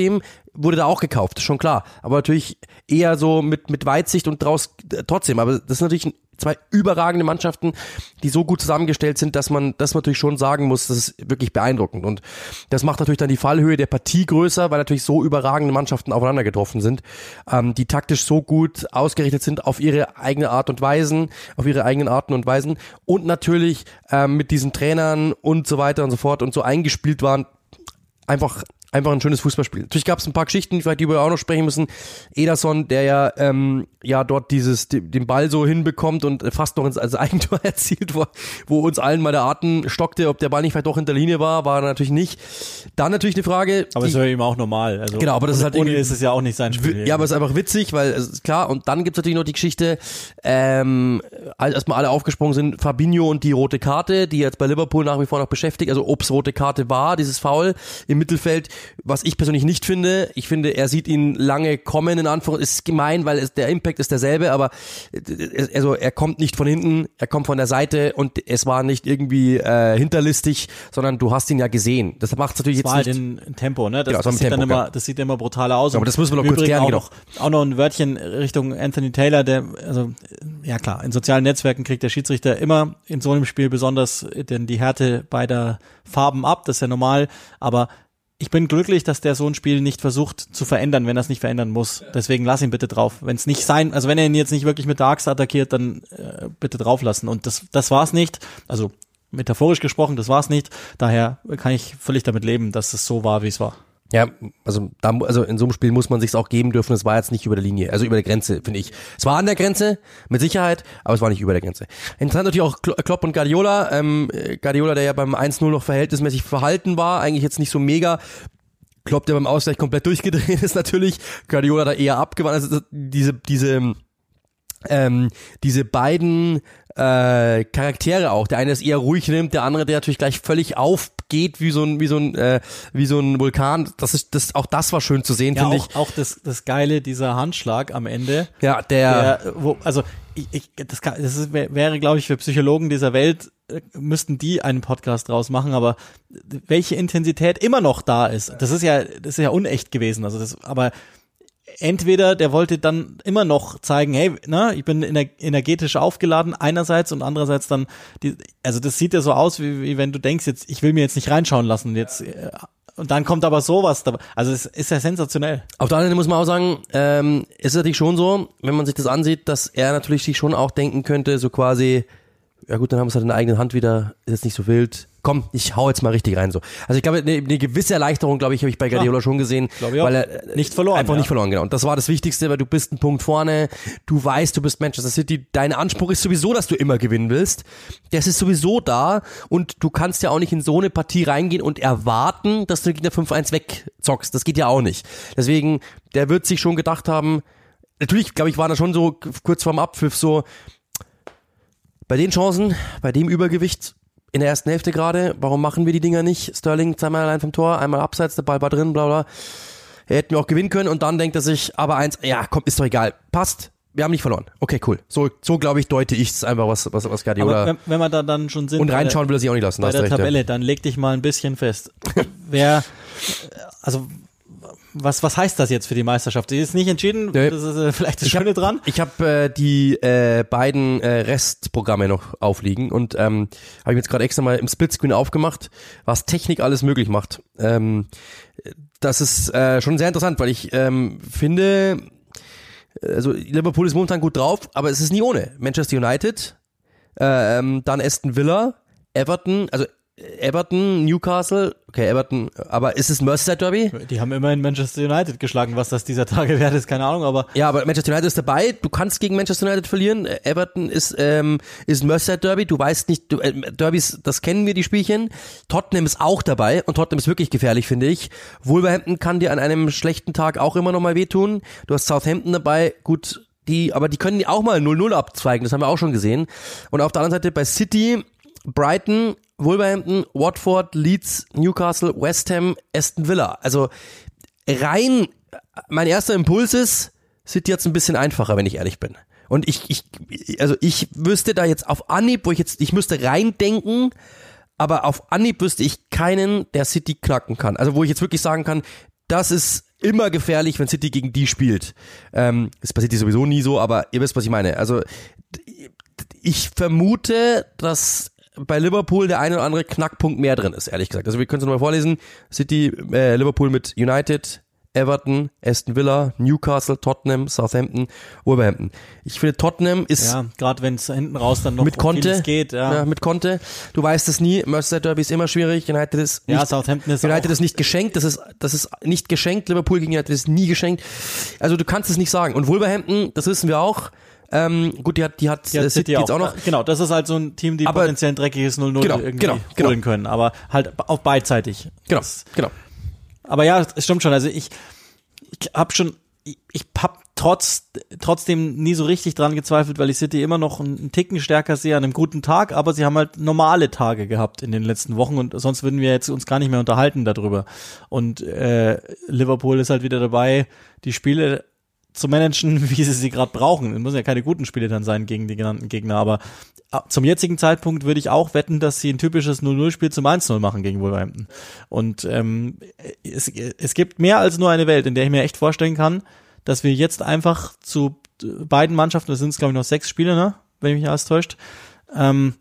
wurde da auch gekauft, schon klar. Aber natürlich eher so mit Weitsicht und trotzdem. Aber das sind natürlich zwei überragende Mannschaften, die so gut zusammengestellt sind, dass man das natürlich schon sagen muss, das ist wirklich beeindruckend. Und das macht natürlich dann die Fallhöhe der Partie größer, weil natürlich so überragende Mannschaften aufeinander getroffen sind, die taktisch so gut ausgerichtet sind auf ihre eigene Art und Weisen, auf ihre eigenen Arten und Weisen und natürlich mit diesen Trainern und so weiter und so fort und so eingespielt waren, einfach ein schönes Fußballspiel. Natürlich gab es ein paar Geschichten, vielleicht über die wir auch noch sprechen müssen. Ederson, der ja dort den Ball so hinbekommt und fast noch ins Eigentor erzielt, wo uns allen mal der Atem stockte, ob der Ball nicht vielleicht doch hinter der Linie war natürlich nicht. Dann natürlich eine Frage. Aber es ist ja eben auch normal. Also genau, aber das ist halt ohne ist es ja auch nicht sein Spiel. Ja, aber es ist einfach witzig, weil es ist klar. Und dann gibt's natürlich noch die Geschichte, als mal alle aufgesprungen sind, Fabinho und die rote Karte, die jetzt bei Liverpool nach wie vor noch beschäftigt. Also ob's rote Karte war, dieses Foul im Mittelfeld. Was ich persönlich nicht finde. Ich finde, er sieht ihn lange kommen, in Anführungszeichen. Ist gemein, weil der Impact ist derselbe, aber also er kommt nicht von hinten, er kommt von der Seite und es war nicht irgendwie hinterlistig, sondern du hast ihn ja gesehen. Das macht es natürlich jetzt nicht. Das war halt in Tempo, ne? Das sieht dann immer, das sieht immer brutaler aus. Aber das müssen wir noch kurz klären, auch noch ein Wörtchen Richtung Anthony Taylor, ja klar, in sozialen Netzwerken kriegt der Schiedsrichter immer in so einem Spiel besonders denn die Härte beider Farben ab, das ist ja normal, aber ich bin glücklich, dass der so ein Spiel nicht versucht zu verändern, wenn er es nicht verändern muss. Deswegen lass ihn bitte drauf. Wenn es nicht also wenn er ihn jetzt nicht wirklich mit der Axt attackiert, dann bitte drauflassen. Und das war's nicht. Also metaphorisch gesprochen, das war's nicht. Daher kann ich völlig damit leben, dass es so war, wie es war. Ja, also in so einem Spiel muss man sich's auch geben dürfen. Es war jetzt nicht über der Linie, also über der Grenze, finde ich. Es war an der Grenze, mit Sicherheit, aber es war nicht über der Grenze. Interessant natürlich auch Klopp und Guardiola. Guardiola, der ja beim 1-0 noch verhältnismäßig verhalten war, eigentlich jetzt nicht so mega. Klopp, der beim Ausgleich komplett durchgedreht ist natürlich. Guardiola da eher abgewandt. Also diese beiden Charaktere auch. Der eine ist eher ruhig nimmt, der andere, der natürlich gleich völlig aufgeht wie so ein Vulkan. Auch das war schön zu sehen, ja, finde ich. Auch das Geile, dieser Handschlag am Ende. Ja, wäre, glaube ich, für Psychologen dieser Welt, müssten die einen Podcast draus machen, aber welche Intensität immer noch da ist, das ist ja unecht gewesen. Aber entweder der wollte dann immer noch zeigen, hey, ich bin energetisch aufgeladen einerseits und andererseits dann, also das sieht ja so aus, wie wenn du denkst, jetzt ich will mir jetzt nicht reinschauen lassen, jetzt und dann kommt aber sowas dabei. Also es ist ja sensationell. Auf der anderen Seite muss man auch sagen, ist es natürlich schon so, wenn man sich das ansieht, dass er natürlich sich schon auch denken könnte, so quasi, ja gut, dann haben wir es halt in der eigenen Hand wieder, ist jetzt nicht so wild. Komm, ich hau jetzt mal richtig rein so. Also ich glaube, eine gewisse Erleichterung, glaube ich, habe ich bei Guardiola schon gesehen, weil er nicht verloren, nicht verloren, genau. Und das war das Wichtigste, weil du bist einen Punkt vorne, du weißt, du bist Manchester City, dein Anspruch ist sowieso, dass du immer gewinnen willst. Das ist sowieso da und du kannst ja auch nicht in so eine Partie reingehen und erwarten, dass du den Gegner 5-1 wegzockst. Das geht ja auch nicht. Deswegen, der wird sich schon gedacht haben, natürlich, glaube ich, war da schon so kurz vorm Abpfiff so, bei den Chancen, bei dem Übergewicht in der ersten Hälfte gerade, warum machen wir die Dinger nicht? Sterling zweimal allein vom Tor, einmal abseits, der Ball war drin, bla bla. Er hätte mir auch gewinnen können und dann denkt er sich, aber ja komm, ist doch egal, passt, wir haben nicht verloren. Okay, cool. So glaube ich, deute ich es einfach, was Guardiola. Aber wenn wir da dann schon sind. Und reinschauen will er sich auch nicht lassen. Bei der Tabelle, dann leg dich mal ein bisschen fest. Was heißt das jetzt für die Meisterschaft? Die ist nicht entschieden, das ist vielleicht das Schöne dran. Ich habe die beiden Restprogramme noch aufliegen und habe ich jetzt gerade extra mal im Splitscreen aufgemacht, was Technik alles möglich macht. Das ist schon sehr interessant, weil ich finde, also Liverpool ist momentan gut drauf, aber es ist nie ohne. Manchester United, dann Aston Villa, Everton, Newcastle, okay, Everton, aber ist es Merseyside Derby? Die haben immerhin Manchester United geschlagen, was das dieser Tage wert ist, keine Ahnung, aber. Ja, aber Manchester United ist dabei, du kannst gegen Manchester United verlieren, Everton ist Merseyside Derby, du weißt nicht, Derbys, das kennen wir, die Spielchen, Tottenham ist auch dabei und Tottenham ist wirklich gefährlich, finde ich. Wolverhampton kann dir an einem schlechten Tag auch immer noch mal wehtun, du hast Southampton dabei, gut, aber die können auch mal 0-0 abzweigen, das haben wir auch schon gesehen. Und auf der anderen Seite bei City, Brighton, Wolverhampton, Watford, Leeds, Newcastle, West Ham, Aston Villa. Also mein erster Impuls ist, City jetzt ein bisschen einfacher, wenn ich ehrlich bin. Und ich wüsste da jetzt auf Anhieb, ich müsste reindenken, aber auf Anhieb wüsste ich keinen, der City knacken kann. Also wo ich jetzt wirklich sagen kann, das ist immer gefährlich, wenn City gegen die spielt. Das passiert sowieso nie so, aber ihr wisst, was ich meine. Also ich vermute, dass bei Liverpool der eine oder andere Knackpunkt mehr drin ist, ehrlich gesagt. Also wir können es nochmal vorlesen. City, Liverpool mit United, Everton, Aston Villa, Newcastle, Tottenham, Southampton, Wolverhampton. Ich finde, Tottenham ist... Ja, gerade wenn es hinten raus dann noch mit Conte geht. Ja, mit Conte. Du weißt es nie. Merseyside Derby ist immer schwierig. United ist nicht, Southampton ist United ist nicht geschenkt. Das ist nicht geschenkt. Liverpool gegen United ist nie geschenkt. Also du kannst es nicht sagen. Und Wolverhampton, das wissen wir auch. Gut, die hat City auch noch. Genau, das ist halt so ein Team, die aber potenziell ein dreckiges 0-0 holen können, aber halt auch beidseitig. Genau. Aber ja, es stimmt schon. Also ich hab trotzdem nie so richtig dran gezweifelt, weil ich City immer noch einen Ticken stärker sehe an einem guten Tag, aber sie haben halt normale Tage gehabt in den letzten Wochen und sonst würden wir jetzt uns gar nicht mehr unterhalten darüber. Und Liverpool ist halt wieder dabei, die Spiele zu managen, wie sie gerade brauchen. Es müssen ja keine guten Spiele dann sein gegen die genannten Gegner, aber zum jetzigen Zeitpunkt würde ich auch wetten, dass sie ein typisches 0-0-Spiel zum 1-0 machen gegen Wolverhampton. Und es gibt mehr als nur eine Welt, in der ich mir echt vorstellen kann, dass wir jetzt einfach zu beiden Mannschaften, das sind glaube ich noch 6 Spiele, ne? Wenn mich nicht alles täuscht, dann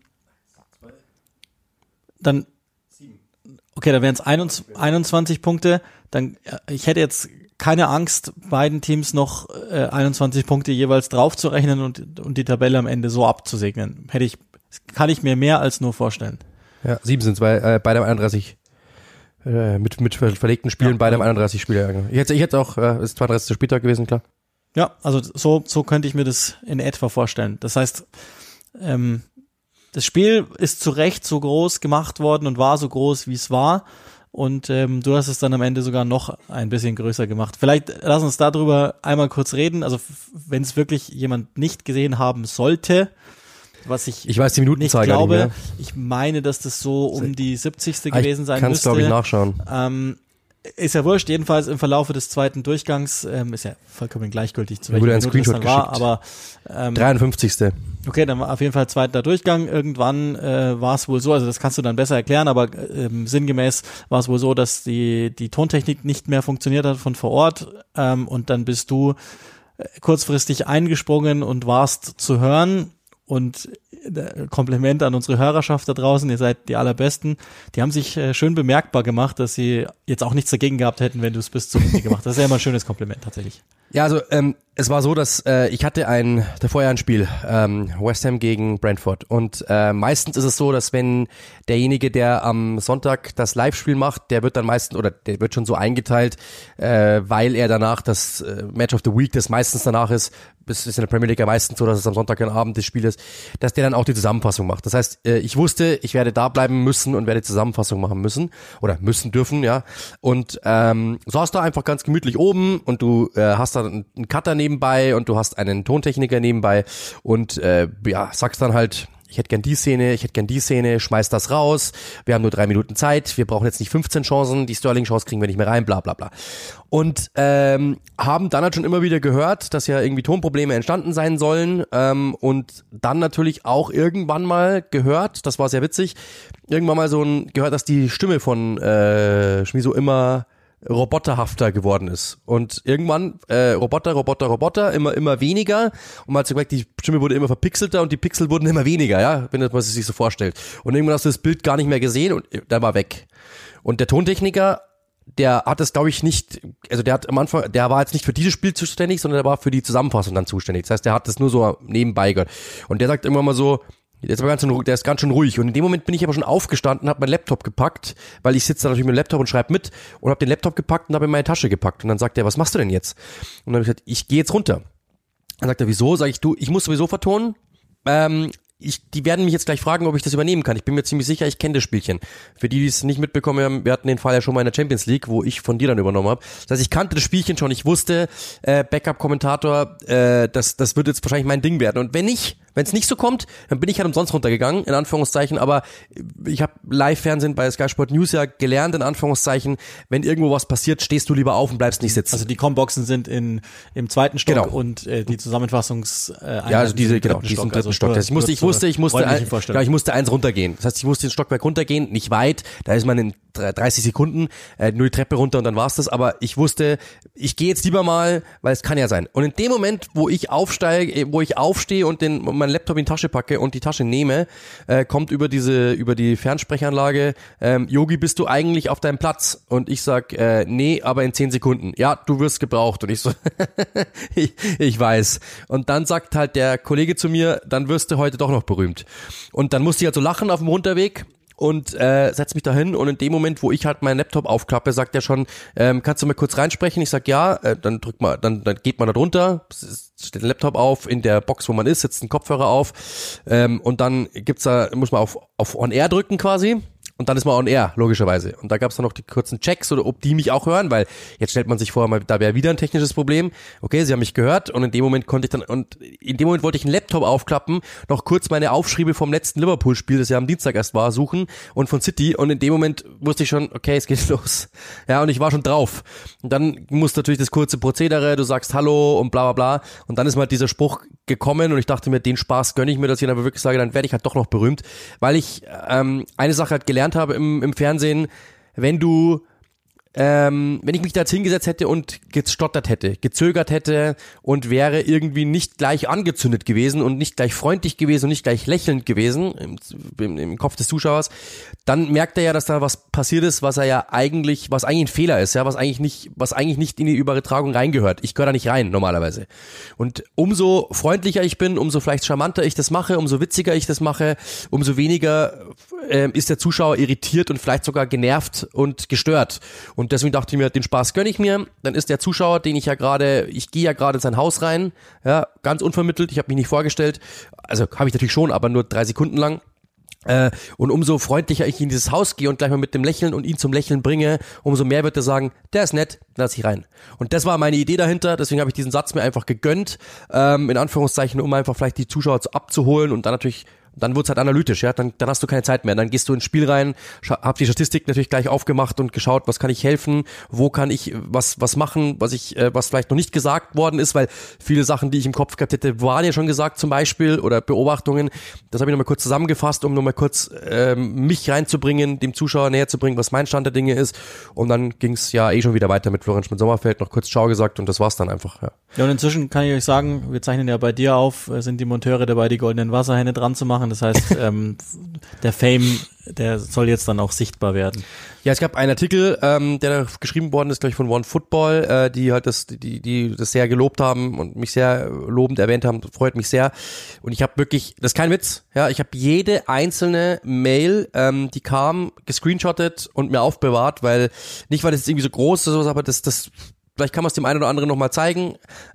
wären es 21 Punkte, dann ich hätte jetzt keine Angst, beiden Teams noch 21 Punkte jeweils draufzurechnen und die Tabelle am Ende so abzusegnen. Kann ich mir mehr als nur vorstellen. Ja, 7 sind es, weil beide 31 mit verlegten Spielen, beide 31 Spiele. Ich hätte auch, ist 32. Spieltag gewesen, klar. Ja, also so könnte ich mir das in etwa vorstellen. Das heißt, das Spiel ist zu Recht so groß gemacht worden und war so groß, wie es war. Und du hast es dann am Ende sogar noch ein bisschen größer gemacht. Vielleicht lass uns darüber einmal kurz reden. Also wenn es wirklich jemand nicht gesehen haben sollte, was ich weiß die Minutenzahl nicht glaube, gar nicht mehr. Ich meine, dass das so um die 70. gewesen sein kannst, müsste. Kannst, glaube ich, nachschauen. Ist ja wurscht, jedenfalls im Verlaufe des zweiten Durchgangs, ist ja vollkommen gleichgültig, zu welcher welcher Minute Screenshot das dann war, aber 53. Okay, dann war auf jeden Fall zweiter Durchgang. Irgendwann war es wohl so, also das kannst du dann besser erklären, aber sinngemäß war es wohl so, dass die Tontechnik nicht mehr funktioniert hat von vor Ort und dann bist du kurzfristig eingesprungen und warst zu hören. Und Kompliment an unsere Hörerschaft da draußen, ihr seid die Allerbesten. Die haben sich schön bemerkbar gemacht, dass sie jetzt auch nichts dagegen gehabt hätten, wenn du es bis zum Ende gemacht hast. Das ist ja immer ein schönes Kompliment tatsächlich. Ja, also es war so, dass ich hatte davor ja ein Spiel, West Ham gegen Brentford. Und meistens ist es so, dass wenn derjenige, der am Sonntag das Live-Spiel macht, der wird dann meistens, oder der wird schon so eingeteilt, weil er danach das Match of the Week, das meistens danach ist, es ist in der Premier League ja meistens so, dass es am Sonntagabend des Spiels ist, dass der dann auch die Zusammenfassung macht. Das heißt, ich wusste, ich werde da bleiben müssen und werde Zusammenfassung machen müssen oder müssen dürfen, ja. Und saß da einfach ganz gemütlich oben und du hast dann einen Cutter nebenbei und du hast einen Tontechniker nebenbei und sagst dann halt, ich hätte gern die Szene, schmeiß das raus, wir haben nur 3 Minuten Zeit, wir brauchen jetzt nicht 15 Chancen, die Sterling-Chance kriegen wir nicht mehr rein, bla bla bla. Und haben dann halt schon immer wieder gehört, dass ja irgendwie Tonprobleme entstanden sein sollen und dann natürlich auch irgendwann mal gehört, das war sehr witzig, irgendwann mal gehört, dass die Stimme von Schmiso immer roboterhafter geworden ist. Und irgendwann Roboter, immer weniger. Und man hat so gemerkt, die Stimme wurde immer verpixelter und die Pixel wurden immer weniger, ja, wenn man sich so vorstellt. Und irgendwann hast du das Bild gar nicht mehr gesehen und der war weg. Und der Tontechniker, der hat das, glaube ich, nicht, also der hat am Anfang, der war jetzt nicht für dieses Spiel zuständig, sondern der war für die Zusammenfassung dann zuständig. Das heißt, der hat das nur so nebenbei gehört. Und der sagt irgendwann mal so, der ist ganz schön ruhig. Und in dem Moment bin ich aber schon aufgestanden, habe meinen Laptop gepackt, weil ich sitze da natürlich mit dem Laptop und schreibe mit und habe den Laptop gepackt und habe in meine Tasche gepackt. Und dann sagt er, was machst du denn jetzt? Und dann habe ich gesagt, ich gehe jetzt runter. Dann sagt er, wieso? Sag ich, du, ich muss sowieso vertonen. Die werden mich jetzt gleich fragen, ob ich das übernehmen kann. Ich bin mir ziemlich sicher, ich kenne das Spielchen. Für die es nicht mitbekommen haben, wir hatten den Fall ja schon mal in der Champions League, wo ich von dir dann übernommen habe. Das heißt, ich kannte das Spielchen schon. Ich wusste, Backup-Kommentator, das wird jetzt wahrscheinlich mein Ding werden. Und wenn es nicht so kommt, dann bin ich halt umsonst runtergegangen, in Anführungszeichen. Aber ich habe Live-Fernsehen bei Sky Sport News ja gelernt, in Anführungszeichen. Wenn irgendwo was passiert, stehst du lieber auf und bleibst nicht sitzen. Also die Comboxen sind im zweiten Stock, genau. Und die Zusammenfassungs ja, also diesen dritten Stock. Ich musste eins runtergehen. Das heißt, ich musste den Stockwerk runtergehen, nicht weit. Da ist man in 30 Sekunden, nur die Treppe runter und dann war's das, aber ich wusste, ich gehe jetzt lieber mal, weil es kann ja sein. Und in dem Moment, wo ich aufstehe und meinen Laptop in die Tasche packe und die Tasche nehme, kommt über die Fernsprechanlage, Yogi, bist du eigentlich auf deinem Platz? Und ich sag, nee, aber in 10 Sekunden. Ja, du wirst gebraucht. Und ich so, ich weiß. Und dann sagt halt der Kollege zu mir, dann wirst du heute doch noch berühmt. Und dann musste ich halt so lachen auf dem Runterweg und setz mich da hin und in dem Moment, wo ich halt meinen Laptop aufklappe, sagt er schon, kannst du mal kurz reinsprechen? Ich sag ja, dann geht man da drunter, stellt den Laptop auf, in der Box, wo man ist, setzt den Kopfhörer auf und dann muss man auf On Air drücken quasi. Und dann ist man on air, logischerweise. Und da gab es dann noch die kurzen Checks, oder ob die mich auch hören, weil jetzt stellt man sich vor, da wäre wieder ein technisches Problem. Okay, sie haben mich gehört und in dem Moment wollte ich einen Laptop aufklappen, noch kurz meine Aufschriebe vom letzten Liverpool-Spiel, das ja am Dienstag erst war, suchen und von City. Und in dem Moment wusste ich schon, okay, es geht los. Ja, und ich war schon drauf. Und dann muss natürlich das kurze Prozedere, du sagst Hallo und bla bla bla. Und dann ist mal dieser Spruch gekommen und ich dachte mir, den Spaß gönne ich mir, dass ich dann aber wirklich sage, dann werde ich halt doch noch berühmt. Weil ich eine Sache halt gelernt habe im Fernsehen, wenn ich mich da jetzt hingesetzt hätte und gestottert hätte, gezögert hätte und wäre irgendwie nicht gleich angezündet gewesen und nicht gleich freundlich gewesen und nicht gleich lächelnd gewesen im Kopf des Zuschauers, dann merkt er ja, dass da was passiert ist, was eigentlich ein Fehler ist, ja, was eigentlich nicht in die Übertragung reingehört. Ich gehöre da nicht rein, normalerweise. Und umso freundlicher ich bin, umso vielleicht charmanter ich das mache, umso witziger ich das mache, umso weniger ist der Zuschauer irritiert und vielleicht sogar genervt und gestört. Und deswegen dachte ich mir, den Spaß gönne ich mir. Dann ist der Zuschauer, ich gehe ja gerade in sein Haus rein, ja, ganz unvermittelt, ich habe mich nicht vorgestellt, also habe ich natürlich schon, aber nur 3 Sekunden lang. Und umso freundlicher ich in dieses Haus gehe und gleich mal mit dem Lächeln und ihn zum Lächeln bringe, umso mehr wird er sagen, der ist nett, lass ich rein. Und das war meine Idee dahinter, deswegen habe ich diesen Satz mir einfach gegönnt, in Anführungszeichen, um einfach vielleicht die Zuschauer abzuholen und dann natürlich dann wird's halt analytisch, ja, dann hast du keine Zeit mehr, dann gehst du ins Spiel rein, hab die Statistik natürlich gleich aufgemacht und geschaut, was kann ich helfen, wo kann ich was machen, was vielleicht noch nicht gesagt worden ist, weil viele Sachen, die ich im Kopf gehabt hätte, waren ja schon gesagt zum Beispiel oder Beobachtungen, das habe ich nochmal kurz zusammengefasst, um nochmal kurz mich reinzubringen, dem Zuschauer näher zu bringen, was mein Stand der Dinge ist und dann ging's ja schon wieder weiter mit Florian Schmidt-Sommerfeld, noch kurz Ciao gesagt und das war's dann einfach, ja. Ja, und inzwischen kann ich euch sagen, wir zeichnen ja bei dir auf, sind die Monteure dabei, die goldenen Wasserhähne dran zu machen. Das heißt, der Fame, der soll jetzt dann auch sichtbar werden. Ja, es gab einen Artikel, der geschrieben worden ist, glaube ich, von OneFootball, die halt das sehr gelobt haben und mich sehr lobend erwähnt haben. Das freut mich sehr. Und ich habe wirklich, das ist kein Witz, ja, ich habe jede einzelne Mail, die kam, gescreenshottet und mir aufbewahrt, weil das jetzt irgendwie so groß ist, aber vielleicht kann man es dem einen oder anderen nochmal zeigen,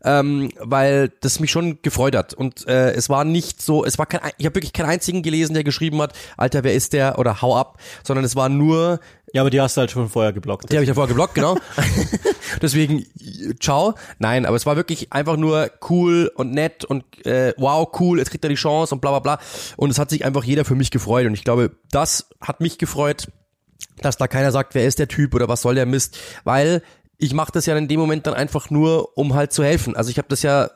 weil das mich schon gefreut hat. Und es war nicht so, ich habe wirklich keinen einzigen gelesen, der geschrieben hat, Alter, wer ist der? Oder hau ab, sondern es war nur... Ja, aber die hast du halt schon vorher geblockt. Die habe ich ja vorher geblockt, genau. Deswegen, ciao. Nein, aber es war wirklich einfach nur cool und nett und wow, cool, jetzt kriegt er die Chance und bla bla bla. Und es hat sich einfach jeder für mich gefreut. Und ich glaube, das hat mich gefreut, dass da keiner sagt, wer ist der Typ oder was soll der Mist, weil... Ich mache das ja in dem Moment dann einfach nur, um halt zu helfen. Also ich habe das ja,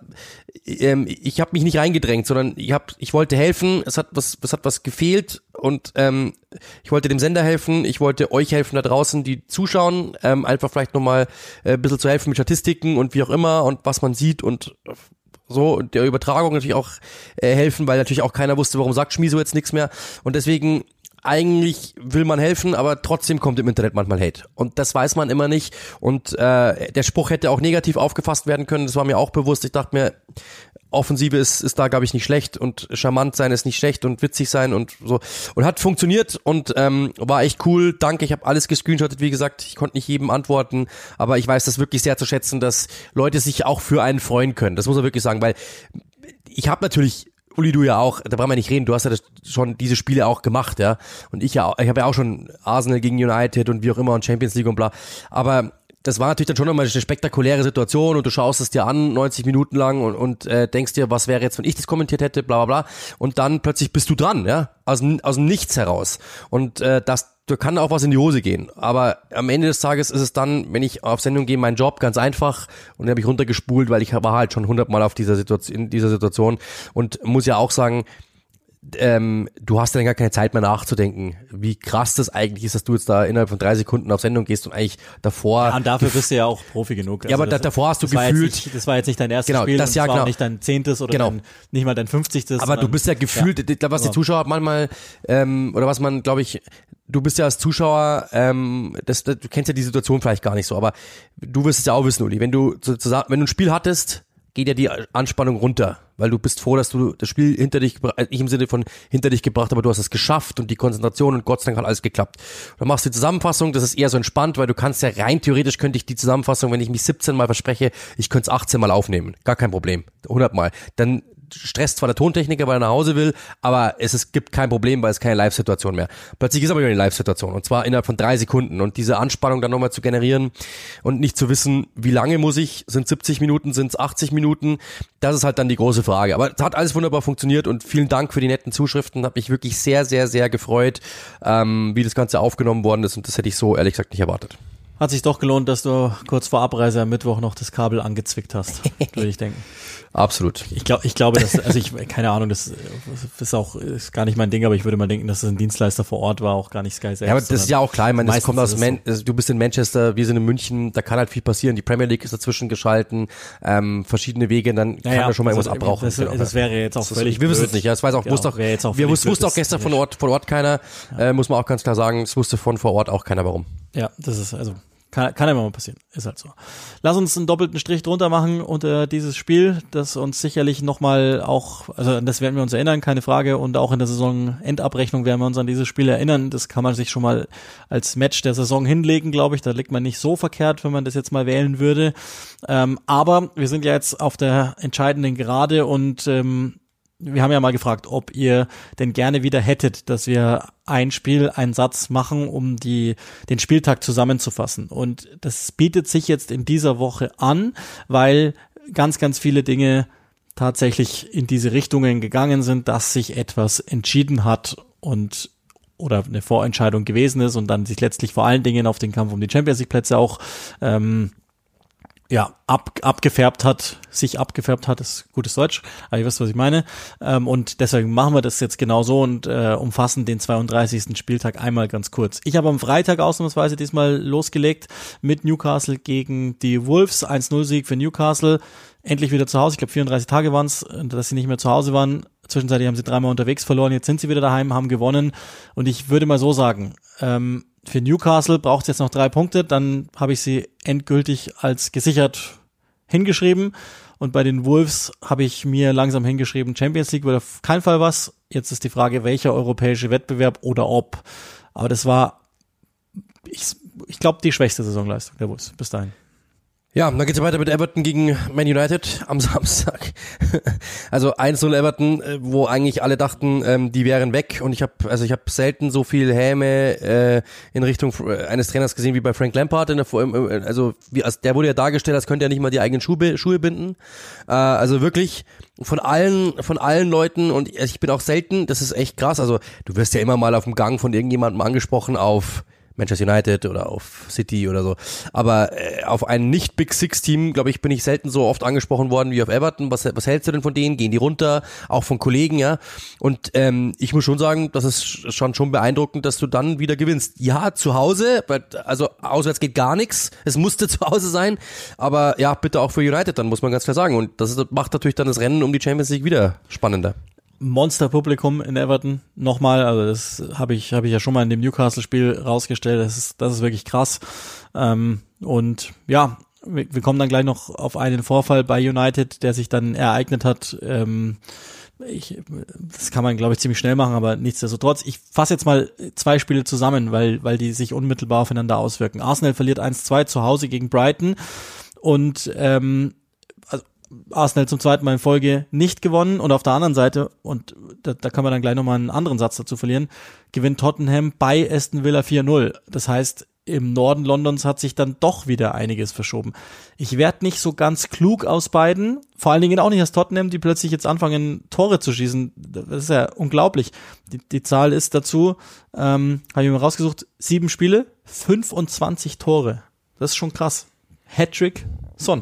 ich habe mich nicht reingedrängt, sondern ich wollte helfen. Es hat was gefehlt und ich wollte dem Sender helfen. Ich wollte euch helfen da draußen, die zuschauen, einfach vielleicht nochmal ein bisschen zu helfen mit Statistiken und wie auch immer und was man sieht und so und der Übertragung natürlich auch helfen, weil natürlich auch keiner wusste, warum sagt Schmieso jetzt nichts mehr und deswegen eigentlich will man helfen, aber trotzdem kommt im Internet manchmal Hate. Und das weiß man immer nicht. Und der Spruch hätte auch negativ aufgefasst werden können, das war mir auch bewusst. Ich dachte mir, Offensive ist da, glaube ich, nicht schlecht und charmant sein ist nicht schlecht und witzig sein und so. Und hat funktioniert und war echt cool. Danke, ich habe alles gescreenshottet, wie gesagt. Ich konnte nicht jedem antworten, aber ich weiß das wirklich sehr zu schätzen, dass Leute sich auch für einen freuen können. Das muss man wirklich sagen, weil ich habe natürlich... Uli, du ja auch, da brauchen wir nicht reden, du hast ja schon diese Spiele auch gemacht, ja, und ich habe ja auch schon Arsenal gegen United und wie auch immer und Champions League und bla, aber das war natürlich dann schon nochmal eine spektakuläre Situation und du schaust es dir an, 90 Minuten lang und denkst dir, was wäre jetzt, wenn ich das kommentiert hätte, bla bla bla, und dann plötzlich bist du dran, ja, aus dem Nichts heraus und da kann auch was in die Hose gehen, aber am Ende des Tages ist es dann, wenn ich auf Sendung gehe, mein Job ganz einfach und den habe ich runtergespult, weil ich war halt schon 100-mal in dieser Situation und muss ja auch sagen, du hast dann gar keine Zeit mehr nachzudenken, wie krass das eigentlich ist, dass du jetzt da innerhalb von 3 Sekunden auf Sendung gehst und eigentlich davor... Ja, und dafür bist du ja auch Profi genug. Also ja, aber davor hast du gefühlt... Das war jetzt nicht dein erstes Spiel, das war auch nicht dein 10. oder nicht mal dein 50. Aber du bist ja gefühlt, was die Zuschauer manchmal, oder was man, glaube ich... Du bist ja als Zuschauer, du kennst ja die Situation vielleicht gar nicht so, aber du wirst es ja auch wissen, Uli, wenn du ein Spiel hattest, geht ja die Anspannung runter, weil du bist froh, dass du das Spiel nicht im Sinne von hinter dich gebracht, aber du hast es geschafft und die Konzentration und Gott sei Dank hat alles geklappt. Dann machst du die Zusammenfassung, das ist eher so entspannt, weil du kannst ja rein theoretisch könnte ich die Zusammenfassung, wenn ich mich 17 Mal verspreche, ich könnte es 18 Mal aufnehmen, gar kein Problem, 100 Mal. Dann stresst zwar der Tontechniker, weil er nach Hause will, aber gibt kein Problem, weil es keine Live-Situation mehr. Plötzlich ist aber wieder eine Live-Situation und zwar innerhalb von 3 Sekunden und diese Anspannung dann nochmal zu generieren und nicht zu wissen, wie lange muss ich, sind 70 Minuten, sind es 80 Minuten, das ist halt dann die große Frage. Aber es hat alles wunderbar funktioniert und vielen Dank für die netten Zuschriften, hat mich wirklich sehr, sehr, sehr gefreut, wie das Ganze aufgenommen worden ist und das hätte ich so ehrlich gesagt nicht erwartet. Hat sich doch gelohnt, dass du kurz vor Abreise am Mittwoch noch das Kabel angezwickt hast, würde ich denken. Absolut. Ich glaube, keine Ahnung, das ist gar nicht mein Ding, aber ich würde mal denken, dass es ein Dienstleister vor Ort war, auch gar nicht Sky selbst. Ja, aber das ist ja auch klar, ich meine, das kommt aus du bist in Manchester, wir sind in München, da kann halt viel passieren, die Premier League ist dazwischen geschalten, verschiedene Wege, dann kann da schon mal irgendwas abbrauchen. Das wäre jetzt auch völlig wir wissen es nicht, ja, das weiß auch, wusste auch gestern von Ort keiner, muss man auch ganz klar sagen, es wusste von vor Ort auch keiner, warum. Ja, das ist, also kann immer mal passieren, ist halt so. Lass uns einen doppelten Strich drunter machen unter dieses Spiel, das uns sicherlich nochmal auch, also an das werden wir uns erinnern, keine Frage, und auch in der Saisonendabrechnung werden wir uns an dieses Spiel erinnern. Das kann man sich schon mal als Match der Saison hinlegen, glaube ich. Da liegt man nicht so verkehrt, wenn man das jetzt mal wählen würde. Aber wir sind ja jetzt auf der entscheidenden Gerade und wir haben ja mal gefragt, ob ihr denn gerne wieder hättet, dass wir ein Spiel, einen Satz machen, um den Spieltag zusammenzufassen. Und das bietet sich jetzt in dieser Woche an, weil ganz, ganz viele Dinge tatsächlich in diese Richtungen gegangen sind, dass sich etwas entschieden hat oder eine Vorentscheidung gewesen ist und dann sich letztlich vor allen Dingen auf den Kampf um die Champions League Plätze auch abgefärbt hat, ist gutes Deutsch, aber ihr wisst, was ich meine. Und deswegen machen wir das jetzt genau so und umfassen den 32. Spieltag einmal ganz kurz. Ich habe am Freitag ausnahmsweise diesmal losgelegt mit Newcastle gegen die Wolves. 1-0-Sieg für Newcastle. Endlich wieder zu Hause. Ich glaube, 34 Tage waren es, dass sie nicht mehr zu Hause waren. Zwischenzeitlich haben sie 3-mal unterwegs verloren. Jetzt sind sie wieder daheim, haben gewonnen. Und ich würde mal so sagen, für Newcastle braucht es jetzt noch 3 Punkte, dann habe ich sie endgültig als gesichert hingeschrieben und bei den Wolves habe ich mir langsam hingeschrieben, Champions League wird auf keinen Fall was. Jetzt ist die Frage, welcher europäische Wettbewerb oder ob. Aber das war, ich glaube, die schwächste Saisonleistung der Wolves bis dahin. Ja, dann geht's weiter mit Everton gegen Man United am Samstag. Also 1-0 Everton, wo eigentlich alle dachten, die wären weg und ich habe selten so viel Häme in Richtung eines Trainers gesehen wie bei Frank Lampard der wurde ja dargestellt, als könnte er nicht mal die eigenen Schuhe binden. Also wirklich von allen Leuten und ich bin auch selten, das ist echt krass, also du wirst ja immer mal auf dem Gang von irgendjemandem angesprochen auf Manchester United oder auf City oder so. Aber auf ein Nicht-Big-Six-Team, glaube ich, bin ich selten so oft angesprochen worden wie auf Everton. Was hältst du denn von denen? Gehen die runter? Auch von Kollegen, ja. Und ich muss schon sagen, das ist schon beeindruckend, dass du dann wieder gewinnst. Ja, zu Hause, also auswärts geht gar nichts. Es musste zu Hause sein. Aber ja, bitte auch für United, dann muss man ganz klar sagen. Und das macht natürlich dann das Rennen um die Champions League wieder spannender. Monsterpublikum in Everton, nochmal, also das habe ich ja schon mal in dem Newcastle-Spiel rausgestellt, das ist wirklich krass. Und ja, wir kommen dann gleich noch auf einen Vorfall bei United, der sich dann ereignet hat. Das kann man, glaube ich, ziemlich schnell machen, aber nichtsdestotrotz. Ich fasse jetzt mal 2 Spiele zusammen, weil die sich unmittelbar aufeinander auswirken. Arsenal verliert 1-2 zu Hause gegen Brighton und Arsenal zum zweiten Mal in Folge nicht gewonnen und auf der anderen Seite, und da kann man dann gleich nochmal einen anderen Satz dazu verlieren, gewinnt Tottenham bei Aston Villa 4-0. Das heißt, im Norden Londons hat sich dann doch wieder einiges verschoben. Ich werde nicht so ganz klug aus beiden, vor allen Dingen auch nicht aus Tottenham, die plötzlich jetzt anfangen, Tore zu schießen. Das ist ja unglaublich. Die Zahl ist dazu, habe ich mir rausgesucht, 7 Spiele, 25 Tore. Das ist schon krass. Hattrick, Son.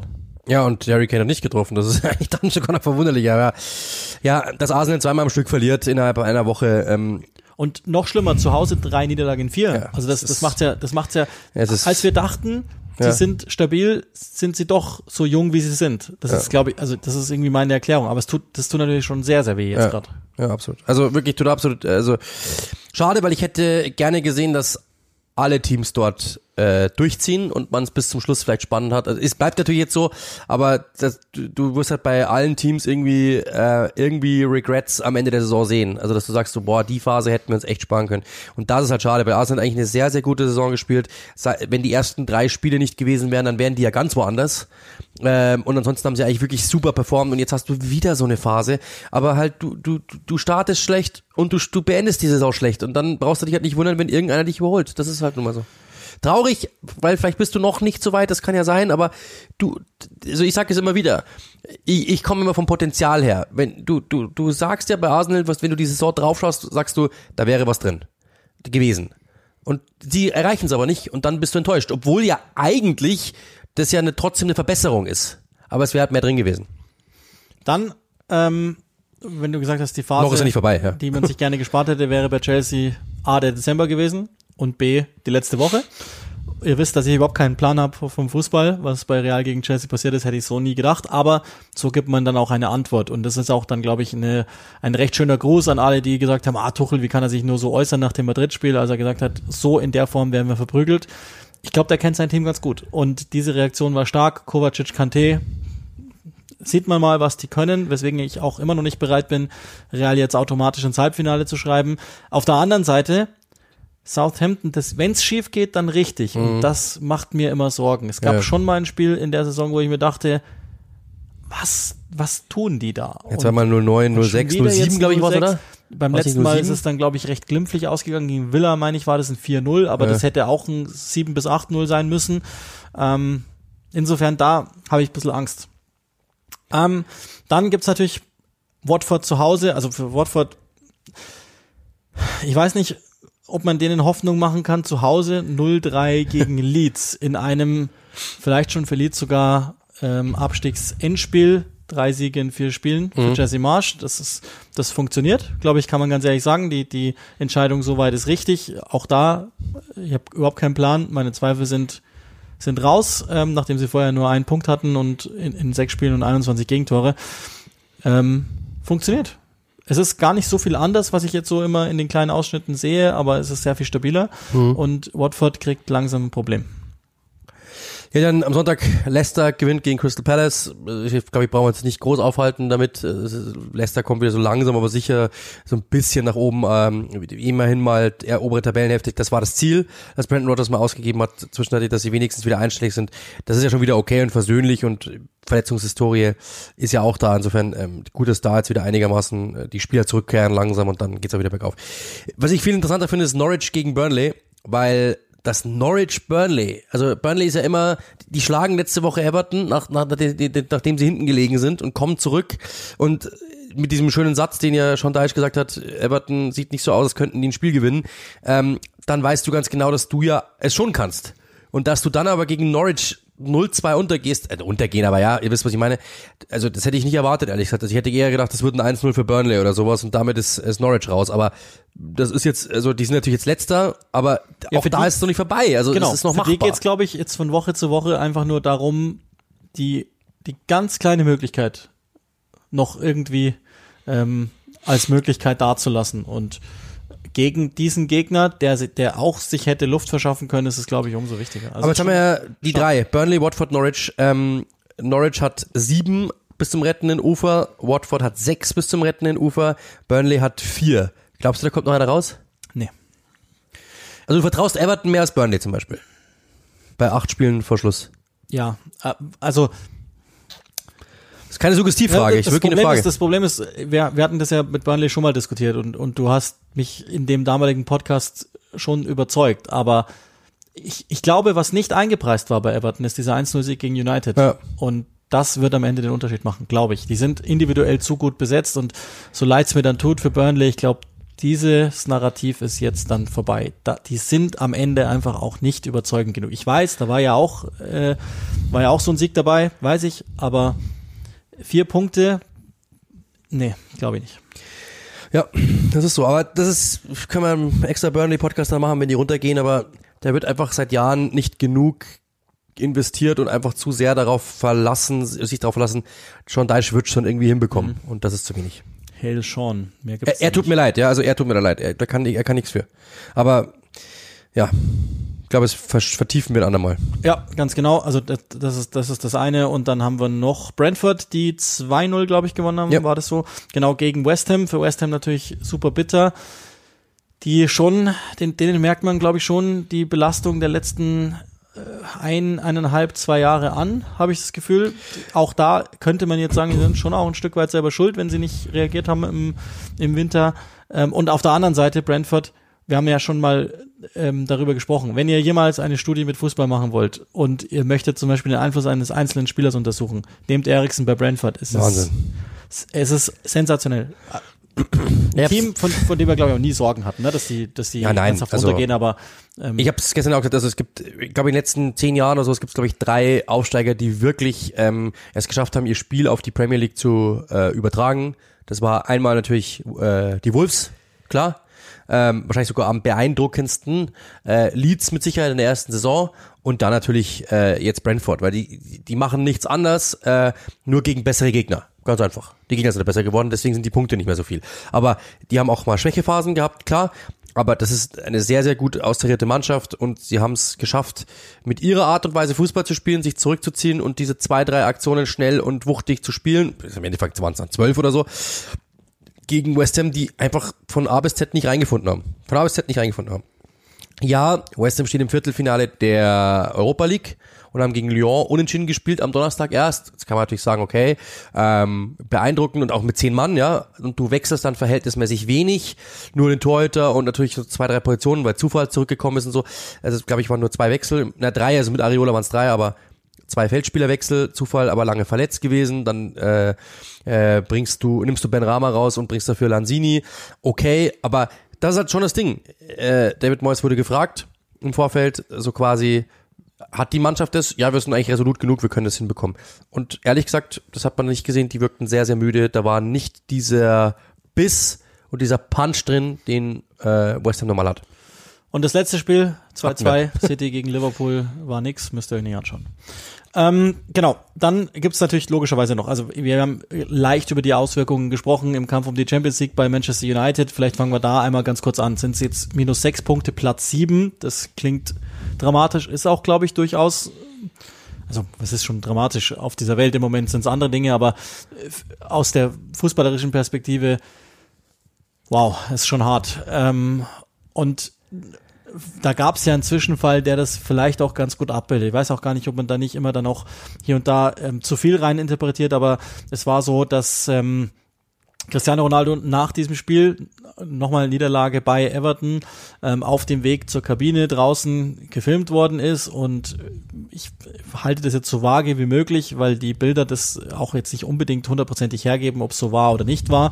Ja, und Harry Kane hat nicht getroffen. Das ist eigentlich dann schon noch verwunderlich. Aber ja, dass Arsenal zweimal am Stück verliert innerhalb einer Woche. Und noch schlimmer, zu Hause 3 Niederlagen in 4. Ja, also das macht's ja, ist, als wir dachten, sie sind stabil, sind sie doch so jung, wie sie sind. Das ist, glaube ich, also das ist irgendwie meine Erklärung. Aber das tut natürlich schon sehr, sehr weh jetzt gerade. Ja, absolut. Also wirklich tut absolut, also schade, weil ich hätte gerne gesehen, dass alle Teams dort durchziehen und man es bis zum Schluss vielleicht spannend hat. Also es bleibt natürlich jetzt so, aber du wirst halt bei allen Teams irgendwie Regrets am Ende der Saison sehen. Also dass du sagst so, boah, die Phase hätten wir uns echt sparen können. Und das ist halt schade, weil Arsenal hat eigentlich eine sehr, sehr gute Saison gespielt. Wenn die ersten 3 Spiele nicht gewesen wären, dann wären die ja ganz woanders. Und ansonsten haben sie eigentlich wirklich super performt und jetzt hast du wieder so eine Phase. Aber halt, du startest schlecht und du beendest die Saison schlecht und dann brauchst du dich halt nicht wundern, wenn irgendeiner dich überholt. Das ist halt nun mal so. Traurig, weil vielleicht bist du noch nicht so weit, das kann ja sein, aber also ich sage es immer wieder, ich komme immer vom Potenzial her. Wenn du sagst ja bei Arsenal, wenn du die Saison drauf schaust, sagst du, da wäre was drin gewesen. Und sie erreichen es aber nicht und dann bist du enttäuscht, obwohl ja eigentlich das ja trotzdem eine Verbesserung ist. Aber es wäre halt mehr drin gewesen. Dann, wenn du gesagt hast, die Phase, noch ist ja nicht vorbei, ja. Die man sich gerne gespart hätte, wäre bei Chelsea A, der Dezember gewesen und B, die letzte Woche. Ihr wisst, dass ich überhaupt keinen Plan habe vom Fußball. Was bei Real gegen Chelsea passiert ist, hätte ich so nie gedacht. Aber so gibt man dann auch eine Antwort. Und das ist auch dann, glaube ich, ein recht schöner Gruß an alle, die gesagt haben, Tuchel, wie kann er sich nur so äußern nach dem Madrid-Spiel, als er gesagt hat, so in der Form werden wir verprügelt. Ich glaube, der kennt sein Team ganz gut. Und diese Reaktion war stark. Kovacic, Kanté, sieht man mal, was die können, weswegen ich auch immer noch nicht bereit bin, Real jetzt automatisch ins Halbfinale zu schreiben. Auf der anderen Seite, Southampton, wenn es schief geht, dann richtig. Und das macht mir immer Sorgen. Es gab schon mal ein Spiel in der Saison, wo ich mir dachte, was tun die da? Jetzt war mal 0-9, 0-6, 0-7, glaube ich, was, oder? Beim letzten Mal ist es dann, glaube ich, recht glimpflich ausgegangen. Gegen Villa, meine ich, war das ein 4-0, aber das hätte auch ein 7-8-0 sein müssen. Insofern, da habe ich ein bisschen Angst. Dann gibt's natürlich Watford zu Hause. Also für Watford, ich weiß nicht, ob man denen Hoffnung machen kann, zu Hause 0-3 gegen Leeds in einem vielleicht schon für Leeds sogar Abstiegsendspiel, 3 Siege in 4 Spielen für Jesse Marsch. Das funktioniert, glaube ich, kann man ganz ehrlich sagen. Die Entscheidung soweit ist richtig. Auch da, ich habe überhaupt keinen Plan. Meine Zweifel sind raus, nachdem sie vorher nur einen Punkt hatten und in 6 Spielen und 21 Gegentore. Funktioniert. Es ist gar nicht so viel anders, was ich jetzt so immer in den kleinen Ausschnitten sehe, aber es ist sehr viel stabiler und Watford kriegt langsam ein Problem. Ja, dann am Sonntag Leicester gewinnt gegen Crystal Palace. Ich glaube, ich brauche uns nicht groß aufhalten damit. Leicester kommt wieder so langsam, aber sicher so ein bisschen nach oben. Immerhin mal erobere Tabellenhälfte. Das war das Ziel, das Brendan Rodgers mal ausgegeben hat zwischenzeitlich, dass sie wenigstens wieder einstellig sind. Das ist ja schon wieder okay und versöhnlich und Verletzungshistorie ist ja auch da. Insofern gut, dass da jetzt wieder einigermaßen die Spieler zurückkehren langsam und dann geht's auch wieder bergauf. Was ich viel interessanter finde, ist Norwich gegen Burnley, weil das Norwich-Burnley, also Burnley ist ja immer, die schlagen letzte Woche Everton, nachdem sie hinten gelegen sind und kommen zurück und mit diesem schönen Satz, den ja Sean Dyche gesagt hat, Everton sieht nicht so aus, als könnten die ein Spiel gewinnen, dann weißt du ganz genau, dass du ja es schon kannst. Und dass du dann aber gegen Norwich 0-2 untergehen, aber ja, ihr wisst, was ich meine. Also das hätte ich nicht erwartet, ehrlich gesagt. Also ich hätte eher gedacht, das wird ein 1-0 für Burnley oder sowas und damit ist Norwich raus. Aber das ist jetzt, also die sind natürlich jetzt Letzter, aber ja, auch da ist es noch nicht vorbei. Also genau, es ist noch machbar. Für die geht's, glaube ich, jetzt von Woche zu Woche einfach nur darum, die ganz kleine Möglichkeit noch irgendwie als Möglichkeit dazulassen. Und gegen diesen Gegner, der auch sich hätte Luft verschaffen können, ist es, glaube ich, umso wichtiger. Also aber jetzt haben wir ja die 3. Burnley, Watford, Norwich. Norwich hat 7 bis zum rettenden Ufer. Watford hat 6 bis zum rettenden Ufer. Burnley hat 4. Glaubst du, da kommt noch einer raus? Nee. Also du vertraust Everton mehr als Burnley zum Beispiel? Bei 8 Spielen vor Schluss. Ja, also das ist keine Suggestivfrage, Das Problem ist, wir hatten das ja mit Burnley schon mal diskutiert und du hast mich in dem damaligen Podcast schon überzeugt, aber ich glaube, was nicht eingepreist war bei Everton, ist dieser 1-0-Sieg gegen United. Ja. Und das wird am Ende den Unterschied machen, glaube ich. Die sind individuell zu gut besetzt und so leid es mir dann tut für Burnley, ich glaube, dieses Narrativ ist jetzt dann vorbei. Die sind am Ende einfach auch nicht überzeugend genug. Ich weiß, da war ja auch so ein Sieg dabei, weiß ich, aber 4 Punkte, nee, glaube ich nicht. Ja, das ist so, aber können wir einen extra Burnley-Podcast dann machen, wenn die runtergehen, aber da wird einfach seit Jahren nicht genug investiert und einfach zu sehr sich darauf verlassen, Sean Dyche wird schon irgendwie hinbekommen und das ist zu wenig. Hail Sean, mehr gibt's er tut mir leid, ja, also er tut mir da leid, er kann nichts für. Aber ja, ich glaube, es vertiefen wir ein andermal. Ja, ganz genau, also das ist das eine und dann haben wir noch Brentford, die 2-0, glaube ich, gewonnen haben, war das so? Genau, gegen West Ham, für West Ham natürlich super bitter. Die schon, denen merkt man, glaube ich, schon die Belastung der letzten 1,5, 2 Jahre an, habe ich das Gefühl. Auch da könnte man jetzt sagen, die sind schon auch ein Stück weit selber schuld, wenn sie nicht reagiert haben im Winter. Und auf der anderen Seite Brentford, wir haben ja schon mal darüber gesprochen, wenn ihr jemals eine Studie mit Fußball machen wollt und ihr möchtet zum Beispiel den Einfluss eines einzelnen Spielers untersuchen, nehmt Eriksen bei Brentford. Wahnsinn. Es ist sensational. Ein Team, von dem wir, glaube ich, auch nie Sorgen hatten, ne? dass die ernsthaft runtergehen, aber ich habe es gestern auch gesagt, also es gibt, ich glaube, in den letzten 10 Jahren oder so, es gibt, glaube ich, 3 Aufsteiger, die wirklich es geschafft haben, ihr Spiel auf die Premier League zu übertragen. Das war einmal natürlich die Wolves, klar, wahrscheinlich sogar am beeindruckendsten, Leeds mit Sicherheit in der ersten Saison und dann natürlich jetzt Brentford, weil die machen nichts anderes, nur gegen bessere Gegner. Ganz einfach. Die Gegner sind besser geworden, deswegen sind die Punkte nicht mehr so viel. Aber die haben auch mal Schwächephasen gehabt, klar. Aber das ist eine sehr, sehr gut austarierte Mannschaft und sie haben es geschafft, mit ihrer Art und Weise Fußball zu spielen, sich zurückzuziehen und diese 2, 3 Aktionen schnell und wuchtig zu spielen. Im Endeffekt waren es dann 12 oder so. Gegen West Ham, die einfach von A bis Z nicht reingefunden haben. Ja, West Ham steht im Viertelfinale der Europa League und haben gegen Lyon unentschieden gespielt am Donnerstag erst. Jetzt kann man natürlich sagen, okay, beeindruckend und auch mit 10 Mann, ja, und du wechselst dann verhältnismäßig wenig, nur den Torhüter und natürlich so 2, 3 Positionen, weil Zufall zurückgekommen ist und so. Also, glaube ich, waren nur 2 Wechsel, 3, also mit Areola waren es 3, aber 2 Feldspielerwechsel, Zufall, aber lange verletzt gewesen, dann nimmst du Benrahma raus und bringst dafür Lanzini, okay, aber das ist halt schon das Ding. David Moyes wurde gefragt im Vorfeld, so quasi, hat die Mannschaft das? Ja, wir sind eigentlich resolut genug, wir können das hinbekommen. Und ehrlich gesagt, das hat man nicht gesehen, die wirkten sehr, sehr müde, da war nicht dieser Biss und dieser Punch drin, den West Ham normal hat. Und das letzte Spiel, 2-2, City gegen Liverpool, war nix, müsst ihr euch nicht anschauen. Genau, dann gibt's natürlich logischerweise noch, also wir haben leicht über die Auswirkungen gesprochen im Kampf um die Champions League bei Manchester United, vielleicht fangen wir da einmal ganz kurz an, sind es jetzt -6 Punkte, Platz 7, das klingt dramatisch, ist auch, glaube ich, durchaus, also was ist schon dramatisch, auf dieser Welt im Moment sind es andere Dinge, aber aus der fußballerischen Perspektive, wow, ist schon hart. Und da gab es ja einen Zwischenfall, der das vielleicht auch ganz gut abbildet. Ich weiß auch gar nicht, ob man da nicht immer dann auch hier und da zu viel rein interpretiert, aber es war so, dass Cristiano Ronaldo nach diesem Spiel, nochmal Niederlage bei Everton, auf dem Weg zur Kabine draußen gefilmt worden ist und ich halte das jetzt so vage wie möglich, weil die Bilder das auch jetzt nicht unbedingt 100%ig hergeben, ob es so war oder nicht war,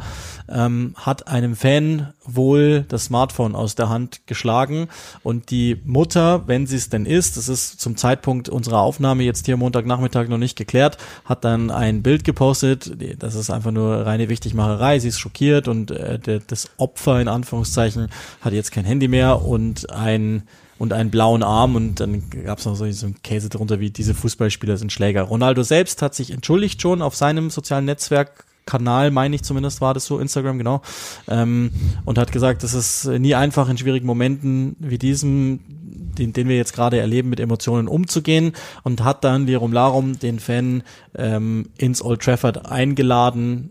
hat einem Fan wohl das Smartphone aus der Hand geschlagen und die Mutter, wenn sie es denn ist, das ist zum Zeitpunkt unserer Aufnahme jetzt hier Montagnachmittag noch nicht geklärt, hat dann ein Bild gepostet, das ist einfach nur reine Wichtigmacherei, sie ist schockiert und das Opfer in Anführungszeichen hat jetzt kein Handy mehr und einen blauen Arm und dann gab es noch so einen Käse drunter wie diese Fußballspieler sind Schläger. Ronaldo selbst hat sich entschuldigt schon auf seinem sozialen Netzwerkkanal, meine ich zumindest, war das so, Instagram, genau, und hat gesagt, das ist nie einfach in schwierigen Momenten wie diesem, den wir jetzt gerade erleben, mit Emotionen umzugehen und hat dann Lirum Larum den Fan ins Old Trafford eingeladen,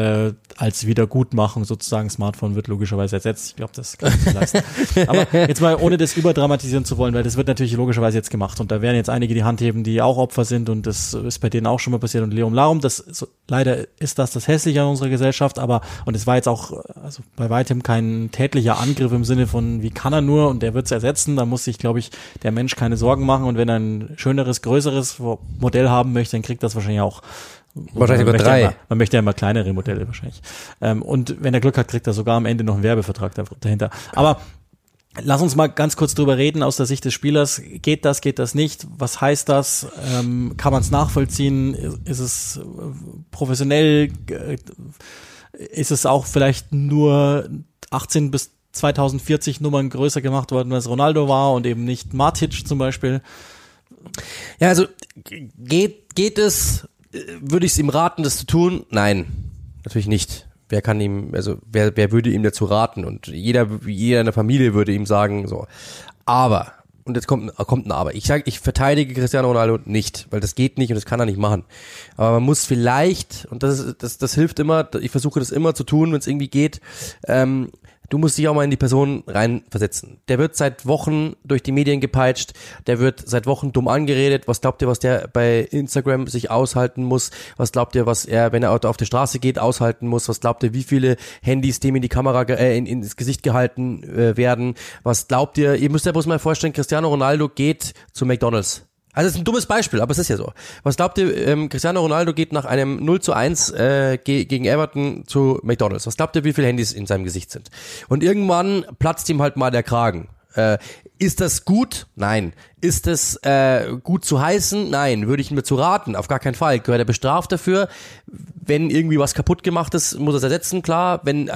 als Wiedergutmachung sozusagen. Smartphone wird logischerweise ersetzt. Ich glaube, das kann ich nicht leisten. Aber jetzt mal, ohne das überdramatisieren zu wollen, weil das wird natürlich logischerweise jetzt gemacht und da werden jetzt einige die Hand heben, die auch Opfer sind und das ist bei denen auch schon mal passiert und Lirum Larum, leider ist das Hässliche an unserer Gesellschaft, aber, und es war jetzt auch, also bei weitem kein tätlicher Angriff im Sinne von, wie kann er nur und der wird es ersetzen, da muss sich, glaube ich, der Mensch keine Sorgen machen und wenn er ein schöneres, größeres Modell haben möchte, dann kriegt das wahrscheinlich auch. Wahrscheinlich sogar 3. Man möchte ja immer kleinere Modelle wahrscheinlich. Und wenn er Glück hat, kriegt er sogar am Ende noch einen Werbevertrag dahinter. Aber lass uns mal ganz kurz drüber reden aus der Sicht des Spielers. Geht das nicht? Was heißt das? Kann man es nachvollziehen? Ist es professionell? Ist es auch vielleicht nur 18 bis 2040 Nummern größer gemacht worden, als Ronaldo war und eben nicht Matic zum Beispiel? Ja, also geht es, würde ich es ihm raten, das zu tun? Nein, natürlich nicht. Wer würde ihm dazu raten? Und jeder in der Familie würde ihm sagen, so. Aber, und jetzt kommt ein Aber. Ich verteidige Cristiano Ronaldo nicht, weil das geht nicht und das kann er nicht machen. Aber man muss vielleicht, und das hilft immer, ich versuche das immer zu tun, wenn es irgendwie geht, du musst dich auch mal in die Person reinversetzen. Der wird seit Wochen durch die Medien gepeitscht, der wird seit Wochen dumm angeredet. Was glaubt ihr, was der bei Instagram sich aushalten muss? Was glaubt ihr, was er, wenn er auf die Straße geht, aushalten muss? Was glaubt ihr, wie viele Handys dem in die Kamera, ins Gesicht gehalten werden? Was glaubt ihr müsst ja bloß mal vorstellen, Cristiano Ronaldo geht zu McDonald's. Also das ist ein dummes Beispiel, aber es ist ja so. Was glaubt ihr, Cristiano Ronaldo geht nach einem 0:1 gegen Everton zu McDonald's. Was glaubt ihr, wie viele Handys in seinem Gesicht sind? Und irgendwann platzt ihm halt mal der Kragen. Ist das gut? Nein. Ist das gut zu heißen? Nein. Würde ich ihm dazu raten? Auf gar keinen Fall. Gehört er bestraft dafür? Wenn irgendwie was kaputt gemacht ist, muss er es ersetzen, klar. Wenn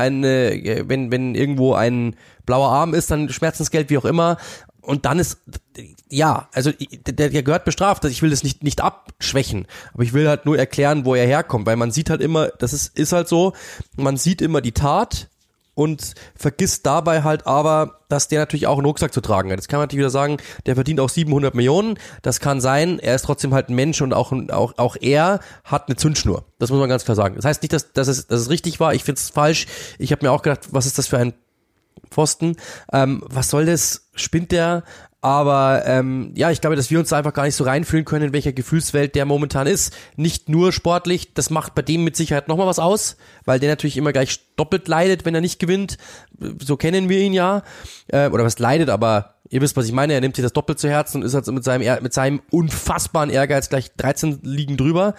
irgendwo ein blauer Arm ist, dann Schmerzensgeld, wie auch immer. Und dann ist, ja, also der gehört bestraft. Ich will das nicht abschwächen, aber ich will halt nur erklären, wo er herkommt, weil man sieht halt immer, das ist halt so, man sieht immer die Tat und vergisst dabei halt aber, dass der natürlich auch einen Rucksack zu tragen hat. Jetzt kann man natürlich wieder sagen, der verdient auch 700 Millionen, das kann sein, er ist trotzdem halt ein Mensch und auch er hat eine Zündschnur. Das muss man ganz klar sagen. Das heißt nicht, dass es richtig war, ich finde es falsch. Ich habe mir auch gedacht, was ist das für ein Pfosten, was soll das, spinnt der, aber ja, ich glaube, dass wir uns da einfach gar nicht so reinfühlen können, in welcher Gefühlswelt der momentan ist, nicht nur sportlich, das macht bei dem mit Sicherheit nochmal was aus, weil der natürlich immer gleich doppelt leidet, wenn er nicht gewinnt, so kennen wir ihn ja, oder was leidet, aber ihr wisst, was ich meine, er nimmt sich das doppelt zu Herzen und ist halt mit seinem unfassbaren Ehrgeiz gleich 13 Ligen drüber.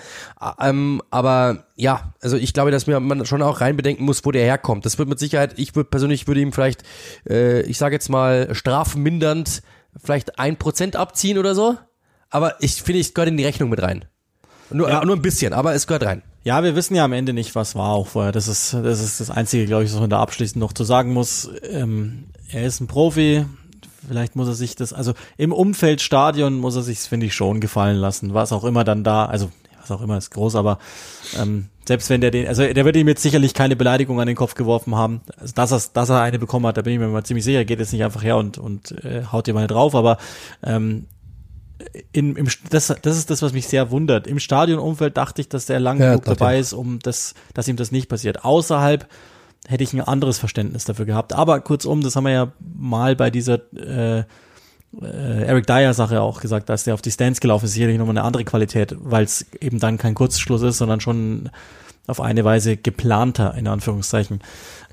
Aber ja, also ich glaube, dass man schon auch reinbedenken muss, wo der herkommt. Das wird mit Sicherheit, ich würde ihm vielleicht, ich sage jetzt mal, strafmindernd vielleicht 1% abziehen oder so. Aber ich finde, es gehört in die Rechnung mit rein. Nur ein bisschen, aber es gehört rein. Ja, wir wissen ja am Ende nicht, was war auch vorher. Das ist das Einzige, glaube ich, was man da abschließend noch zu sagen muss. Er ist ein Profi. Vielleicht muss er sich das, also im Umfeldstadion muss er sich, finde ich, schon gefallen lassen. Was auch immer dann da, also was auch immer ist groß, aber selbst wenn der der wird ihm jetzt sicherlich keine Beleidigung an den Kopf geworfen haben. Also, dass er eine bekommen hat, da bin ich mir mal ziemlich sicher. Geht jetzt nicht einfach her und haut dir mal drauf, aber das ist das, was mich sehr wundert. Im Stadionumfeld dachte ich, dass der lang genug dabei ist, dass ihm das nicht passiert. Außerhalb hätte ich ein anderes Verständnis dafür gehabt. Aber kurzum, das haben wir ja mal bei dieser Eric Dyer-Sache auch gesagt, dass der auf die Stands gelaufen ist, sicherlich nochmal eine andere Qualität, weil es eben dann kein Kurzschluss ist, sondern schon auf eine Weise geplanter, in Anführungszeichen.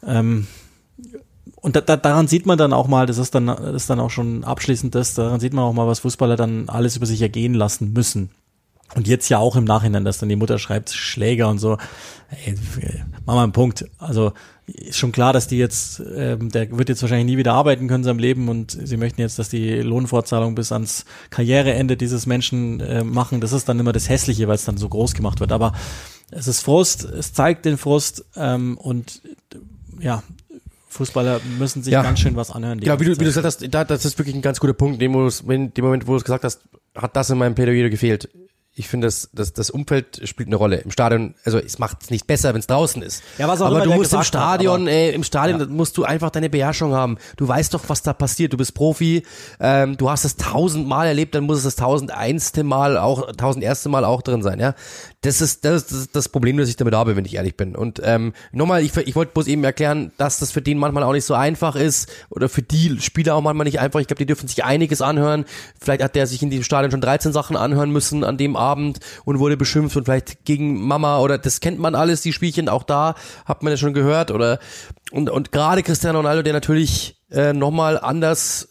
Und daran sieht man dann auch mal, das ist dann auch schon abschließend daran sieht man auch mal, was Fußballer dann alles über sich ergehen lassen müssen. Und jetzt ja auch im Nachhinein, dass dann die Mutter schreibt, Schläger und so. Hey, mach mal einen Punkt. Also ist schon klar, dass die jetzt, der wird jetzt wahrscheinlich nie wieder arbeiten können in seinem Leben und sie möchten jetzt, dass die Lohnfortzahlung bis ans Karriereende dieses Menschen machen. Das ist dann immer das Hässliche, weil es dann so groß gemacht wird. Aber es ist Frust, es zeigt den Frust und ja, Fußballer müssen sich ganz schön was anhören. Ja, wie du gesagt hast, das ist wirklich ein ganz guter Punkt. In dem Moment, wo du es gesagt hast, hat das in meinem Plädoyer gefehlt. Ich finde, das Umfeld spielt eine Rolle. Im Stadion, also es macht es nicht besser, wenn es draußen ist. Ja, was auch aber immer du musst im Stadion, ja. musst du einfach deine Beherrschung haben. Du weißt doch, was da passiert. Du bist Profi, du hast es 1000-mal erlebt, dann muss es das 1001. Mal auch drin sein, ja. Das ist das Problem, das ich damit habe, wenn ich ehrlich bin. Und nochmal, ich wollte bloß eben erklären, dass das für den manchmal auch nicht so einfach ist oder für die Spieler auch manchmal nicht einfach. Ich glaube, die dürfen sich einiges anhören. Vielleicht hat der sich in diesem Stadion schon 13 Sachen anhören müssen an dem Abend und wurde beschimpft und vielleicht gegen Mama oder das kennt man alles, die Spielchen, auch da hat man das schon gehört oder und gerade Cristiano Ronaldo, der natürlich nochmal anders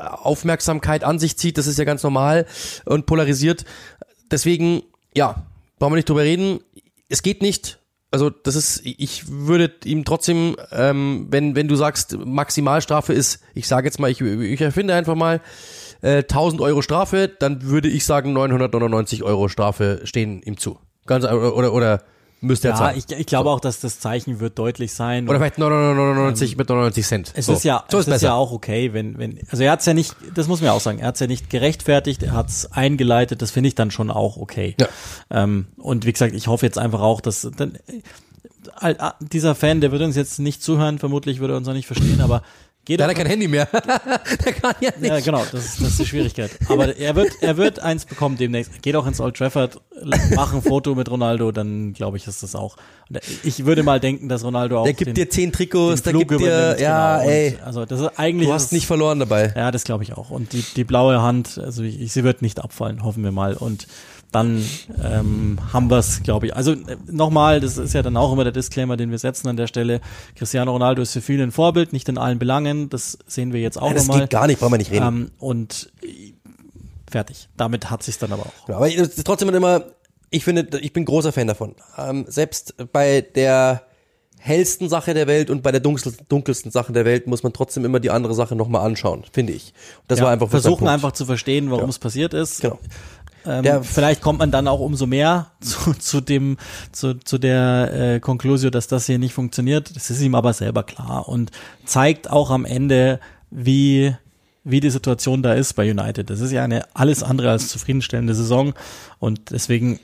Aufmerksamkeit an sich zieht, das ist ja ganz normal und polarisiert. Deswegen, ja, brauchen wir nicht drüber reden. Es geht nicht. Also ich würde ihm trotzdem, wenn du sagst, Maximalstrafe ist, ich sage jetzt mal, ich erfinde einfach mal 1.000 Euro Strafe, dann würde ich sagen 999 Euro Strafe stehen ihm zu. Ganz oder müsste er zahlen. Ja, ich glaube auch, dass das Zeichen wird deutlich sein. Oder vielleicht 999 mit 99 Cent. Es ist ja auch okay, also er hat's ja nicht, das muss man ja auch sagen, er hat's ja nicht gerechtfertigt, er hat's eingeleitet, das finde ich dann schon auch okay. Ja. Und wie gesagt, ich hoffe jetzt einfach auch, dass dann, dieser Fan, der würde uns jetzt nicht zuhören, vermutlich würde er uns auch nicht verstehen, aber der hat kein Handy mehr. Der kann ja nicht. Ja, genau, das ist die Schwierigkeit. Aber er wird eins bekommen demnächst. Geht auch ins Old Trafford, mach ein Foto mit Ronaldo, dann glaube ich, ist das auch. Und ich würde mal denken, dass Ronaldo auch der gibt dir 10 Trikots, der gibt dir, ja, genau. Ey. Also das ist eigentlich. Du hast nicht verloren dabei. Ja, das glaube ich auch. Und die blaue Hand, also sie wird nicht abfallen, hoffen wir mal. Und dann haben wir es, glaube ich. Also nochmal, das ist ja dann auch immer der Disclaimer, den wir setzen an der Stelle. Cristiano Ronaldo ist für viele ein Vorbild, nicht in allen Belangen. Das sehen wir jetzt auch nochmal. Das geht gar nicht, brauchen wir nicht reden. Und fertig. Damit hat sich's dann aber auch. Ja, aber trotzdem immer, ich bin großer Fan davon. Selbst bei der hellsten Sache der Welt und bei der dunkelsten Sache der Welt muss man trotzdem immer die andere Sache nochmal anschauen, finde ich. Das war einfach versuchen einfach zu verstehen, warum es passiert ist. Genau. Vielleicht kommt man dann auch umso mehr zu der Conclusio, dass das hier nicht funktioniert. Das ist ihm aber selber klar und zeigt auch am Ende, wie die Situation da ist bei United. Das ist ja eine alles andere als zufriedenstellende Saison und deswegen,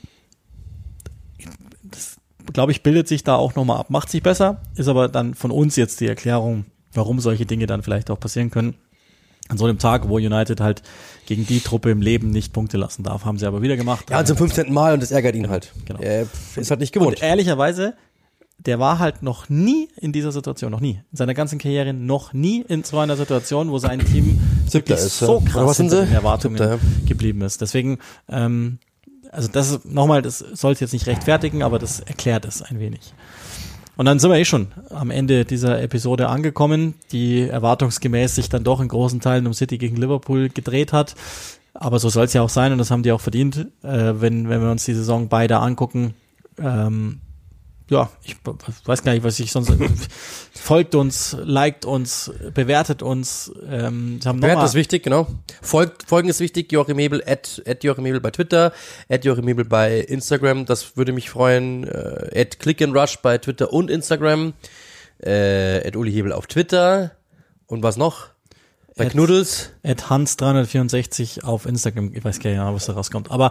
das, glaube ich, bildet sich da auch nochmal ab. Macht sich besser, ist aber dann von uns jetzt die Erklärung, warum solche Dinge dann vielleicht auch passieren können. An so einem Tag, wo United halt gegen die Truppe im Leben nicht Punkte lassen darf, haben sie aber wieder gemacht. Ja, zum 15. Mal und das ärgert ihn halt. Genau. Er ist halt nicht gewohnt. Und ehrlicherweise, der war halt noch nie in dieser Situation, noch nie. In seiner ganzen Karriere noch nie in so einer Situation, wo sein Team wirklich so krass hinter den Erwartungen geblieben ist. Deswegen, also das nochmal, das sollte jetzt nicht rechtfertigen, aber das erklärt es ein wenig. Und dann sind wir schon am Ende dieser Episode angekommen, die erwartungsgemäß sich dann doch in großen Teilen um City gegen Liverpool gedreht hat. Aber so soll es ja auch sein und das haben die auch verdient, wenn wir uns die Saison beide angucken. Ja, ich weiß gar nicht, was ich sonst. Folgt uns, liked uns, bewertet uns. Bewertet ist wichtig, genau. Folgen ist wichtig. Joachim Hebel @Joachim Hebel bei Twitter, @Joachim Hebel bei Instagram. Das würde mich freuen. @ClickandRush bei Twitter und Instagram. @Uli Hebel auf Twitter. Und was noch? Bei Knuddels. @Hans364 auf Instagram. Ich weiß gar nicht, was da rauskommt. Aber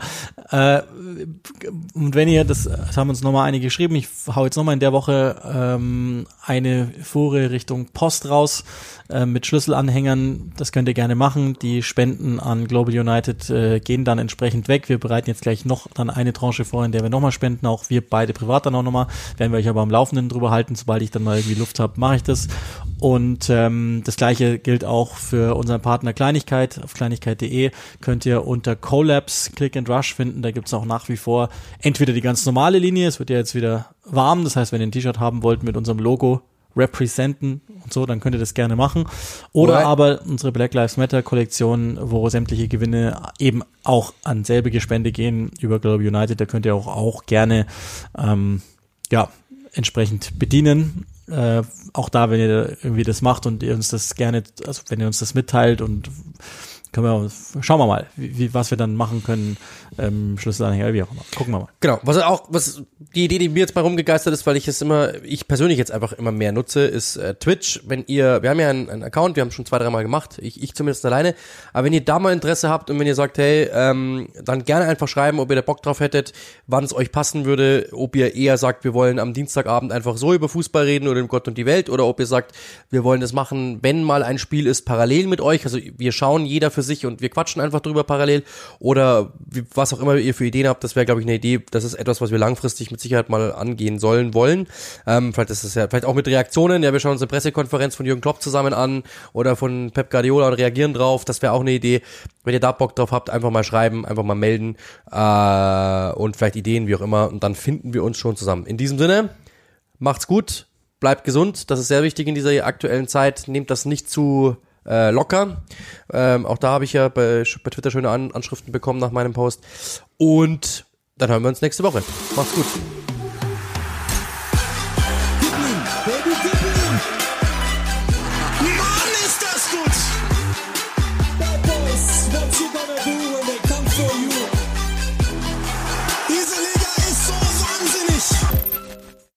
und wenn ihr, das haben uns nochmal einige geschrieben, ich hau jetzt nochmal in der Woche eine Fuhre Richtung Post raus mit Schlüsselanhängern. Das könnt ihr gerne machen. Die Spenden an Global United gehen dann entsprechend weg. Wir bereiten jetzt gleich noch dann eine Tranche vor, in der wir nochmal spenden. Auch wir beide privat dann auch nochmal. Werden wir euch aber am Laufenden drüber halten. Sobald ich dann mal irgendwie Luft habe, mache ich das. Und das Gleiche gilt auch für unseren Partner Kleinigkeit. Auf kleinigkeit.de könnt ihr unter Collabs Click and Rush finden. Da gibt's auch nach wie vor entweder die ganz normale Linie, es wird ja jetzt wieder warm, das heißt, wenn ihr ein T-Shirt haben wollt mit unserem Logo representen und so, dann könnt ihr das gerne machen. Oder aber unsere Black Lives Matter Kollektion, wo sämtliche Gewinne eben auch an selbige Spende gehen über Global United. Da könnt ihr auch gerne entsprechend bedienen. Auch da, wenn ihr irgendwie das macht und ihr uns das gerne, also wenn ihr uns das mitteilt und schauen wir mal, was wir dann machen können, Schlüsselanhänger, wie auch immer. Gucken wir mal. Genau. Was die Idee, die mir jetzt mal rumgegeistert ist, weil ich persönlich jetzt einfach immer mehr nutze, ist Twitch. Wir haben ja einen Account, wir haben schon 2-3 Mal gemacht, ich zumindest alleine, aber wenn ihr da mal Interesse habt und wenn ihr sagt, hey, dann gerne einfach schreiben, ob ihr da Bock drauf hättet, wann es euch passen würde, ob ihr eher sagt, wir wollen am Dienstagabend einfach so über Fußball reden oder um Gott und die Welt, oder ob ihr sagt, wir wollen das machen, wenn mal ein Spiel ist, parallel mit euch, also wir schauen jeder für sich und wir quatschen einfach drüber parallel, oder was auch immer ihr für Ideen habt, das wäre, glaube ich, eine Idee, das ist etwas, was wir langfristig mit Sicherheit mal angehen wollen. Vielleicht ist es ja, vielleicht auch mit Reaktionen, ja, wir schauen uns eine Pressekonferenz von Jürgen Klopp zusammen an oder von Pep Guardiola und reagieren drauf, das wäre auch eine Idee. Wenn ihr da Bock drauf habt, einfach mal schreiben, einfach mal melden und vielleicht Ideen, wie auch immer, und dann finden wir uns schon zusammen. In diesem Sinne, macht's gut, bleibt gesund, das ist sehr wichtig in dieser aktuellen Zeit, nehmt das nicht zu locker. Auch da habe ich ja bei Twitter schöne Anschriften bekommen nach meinem Post. Und Dann hören wir uns nächste Woche. Macht's gut.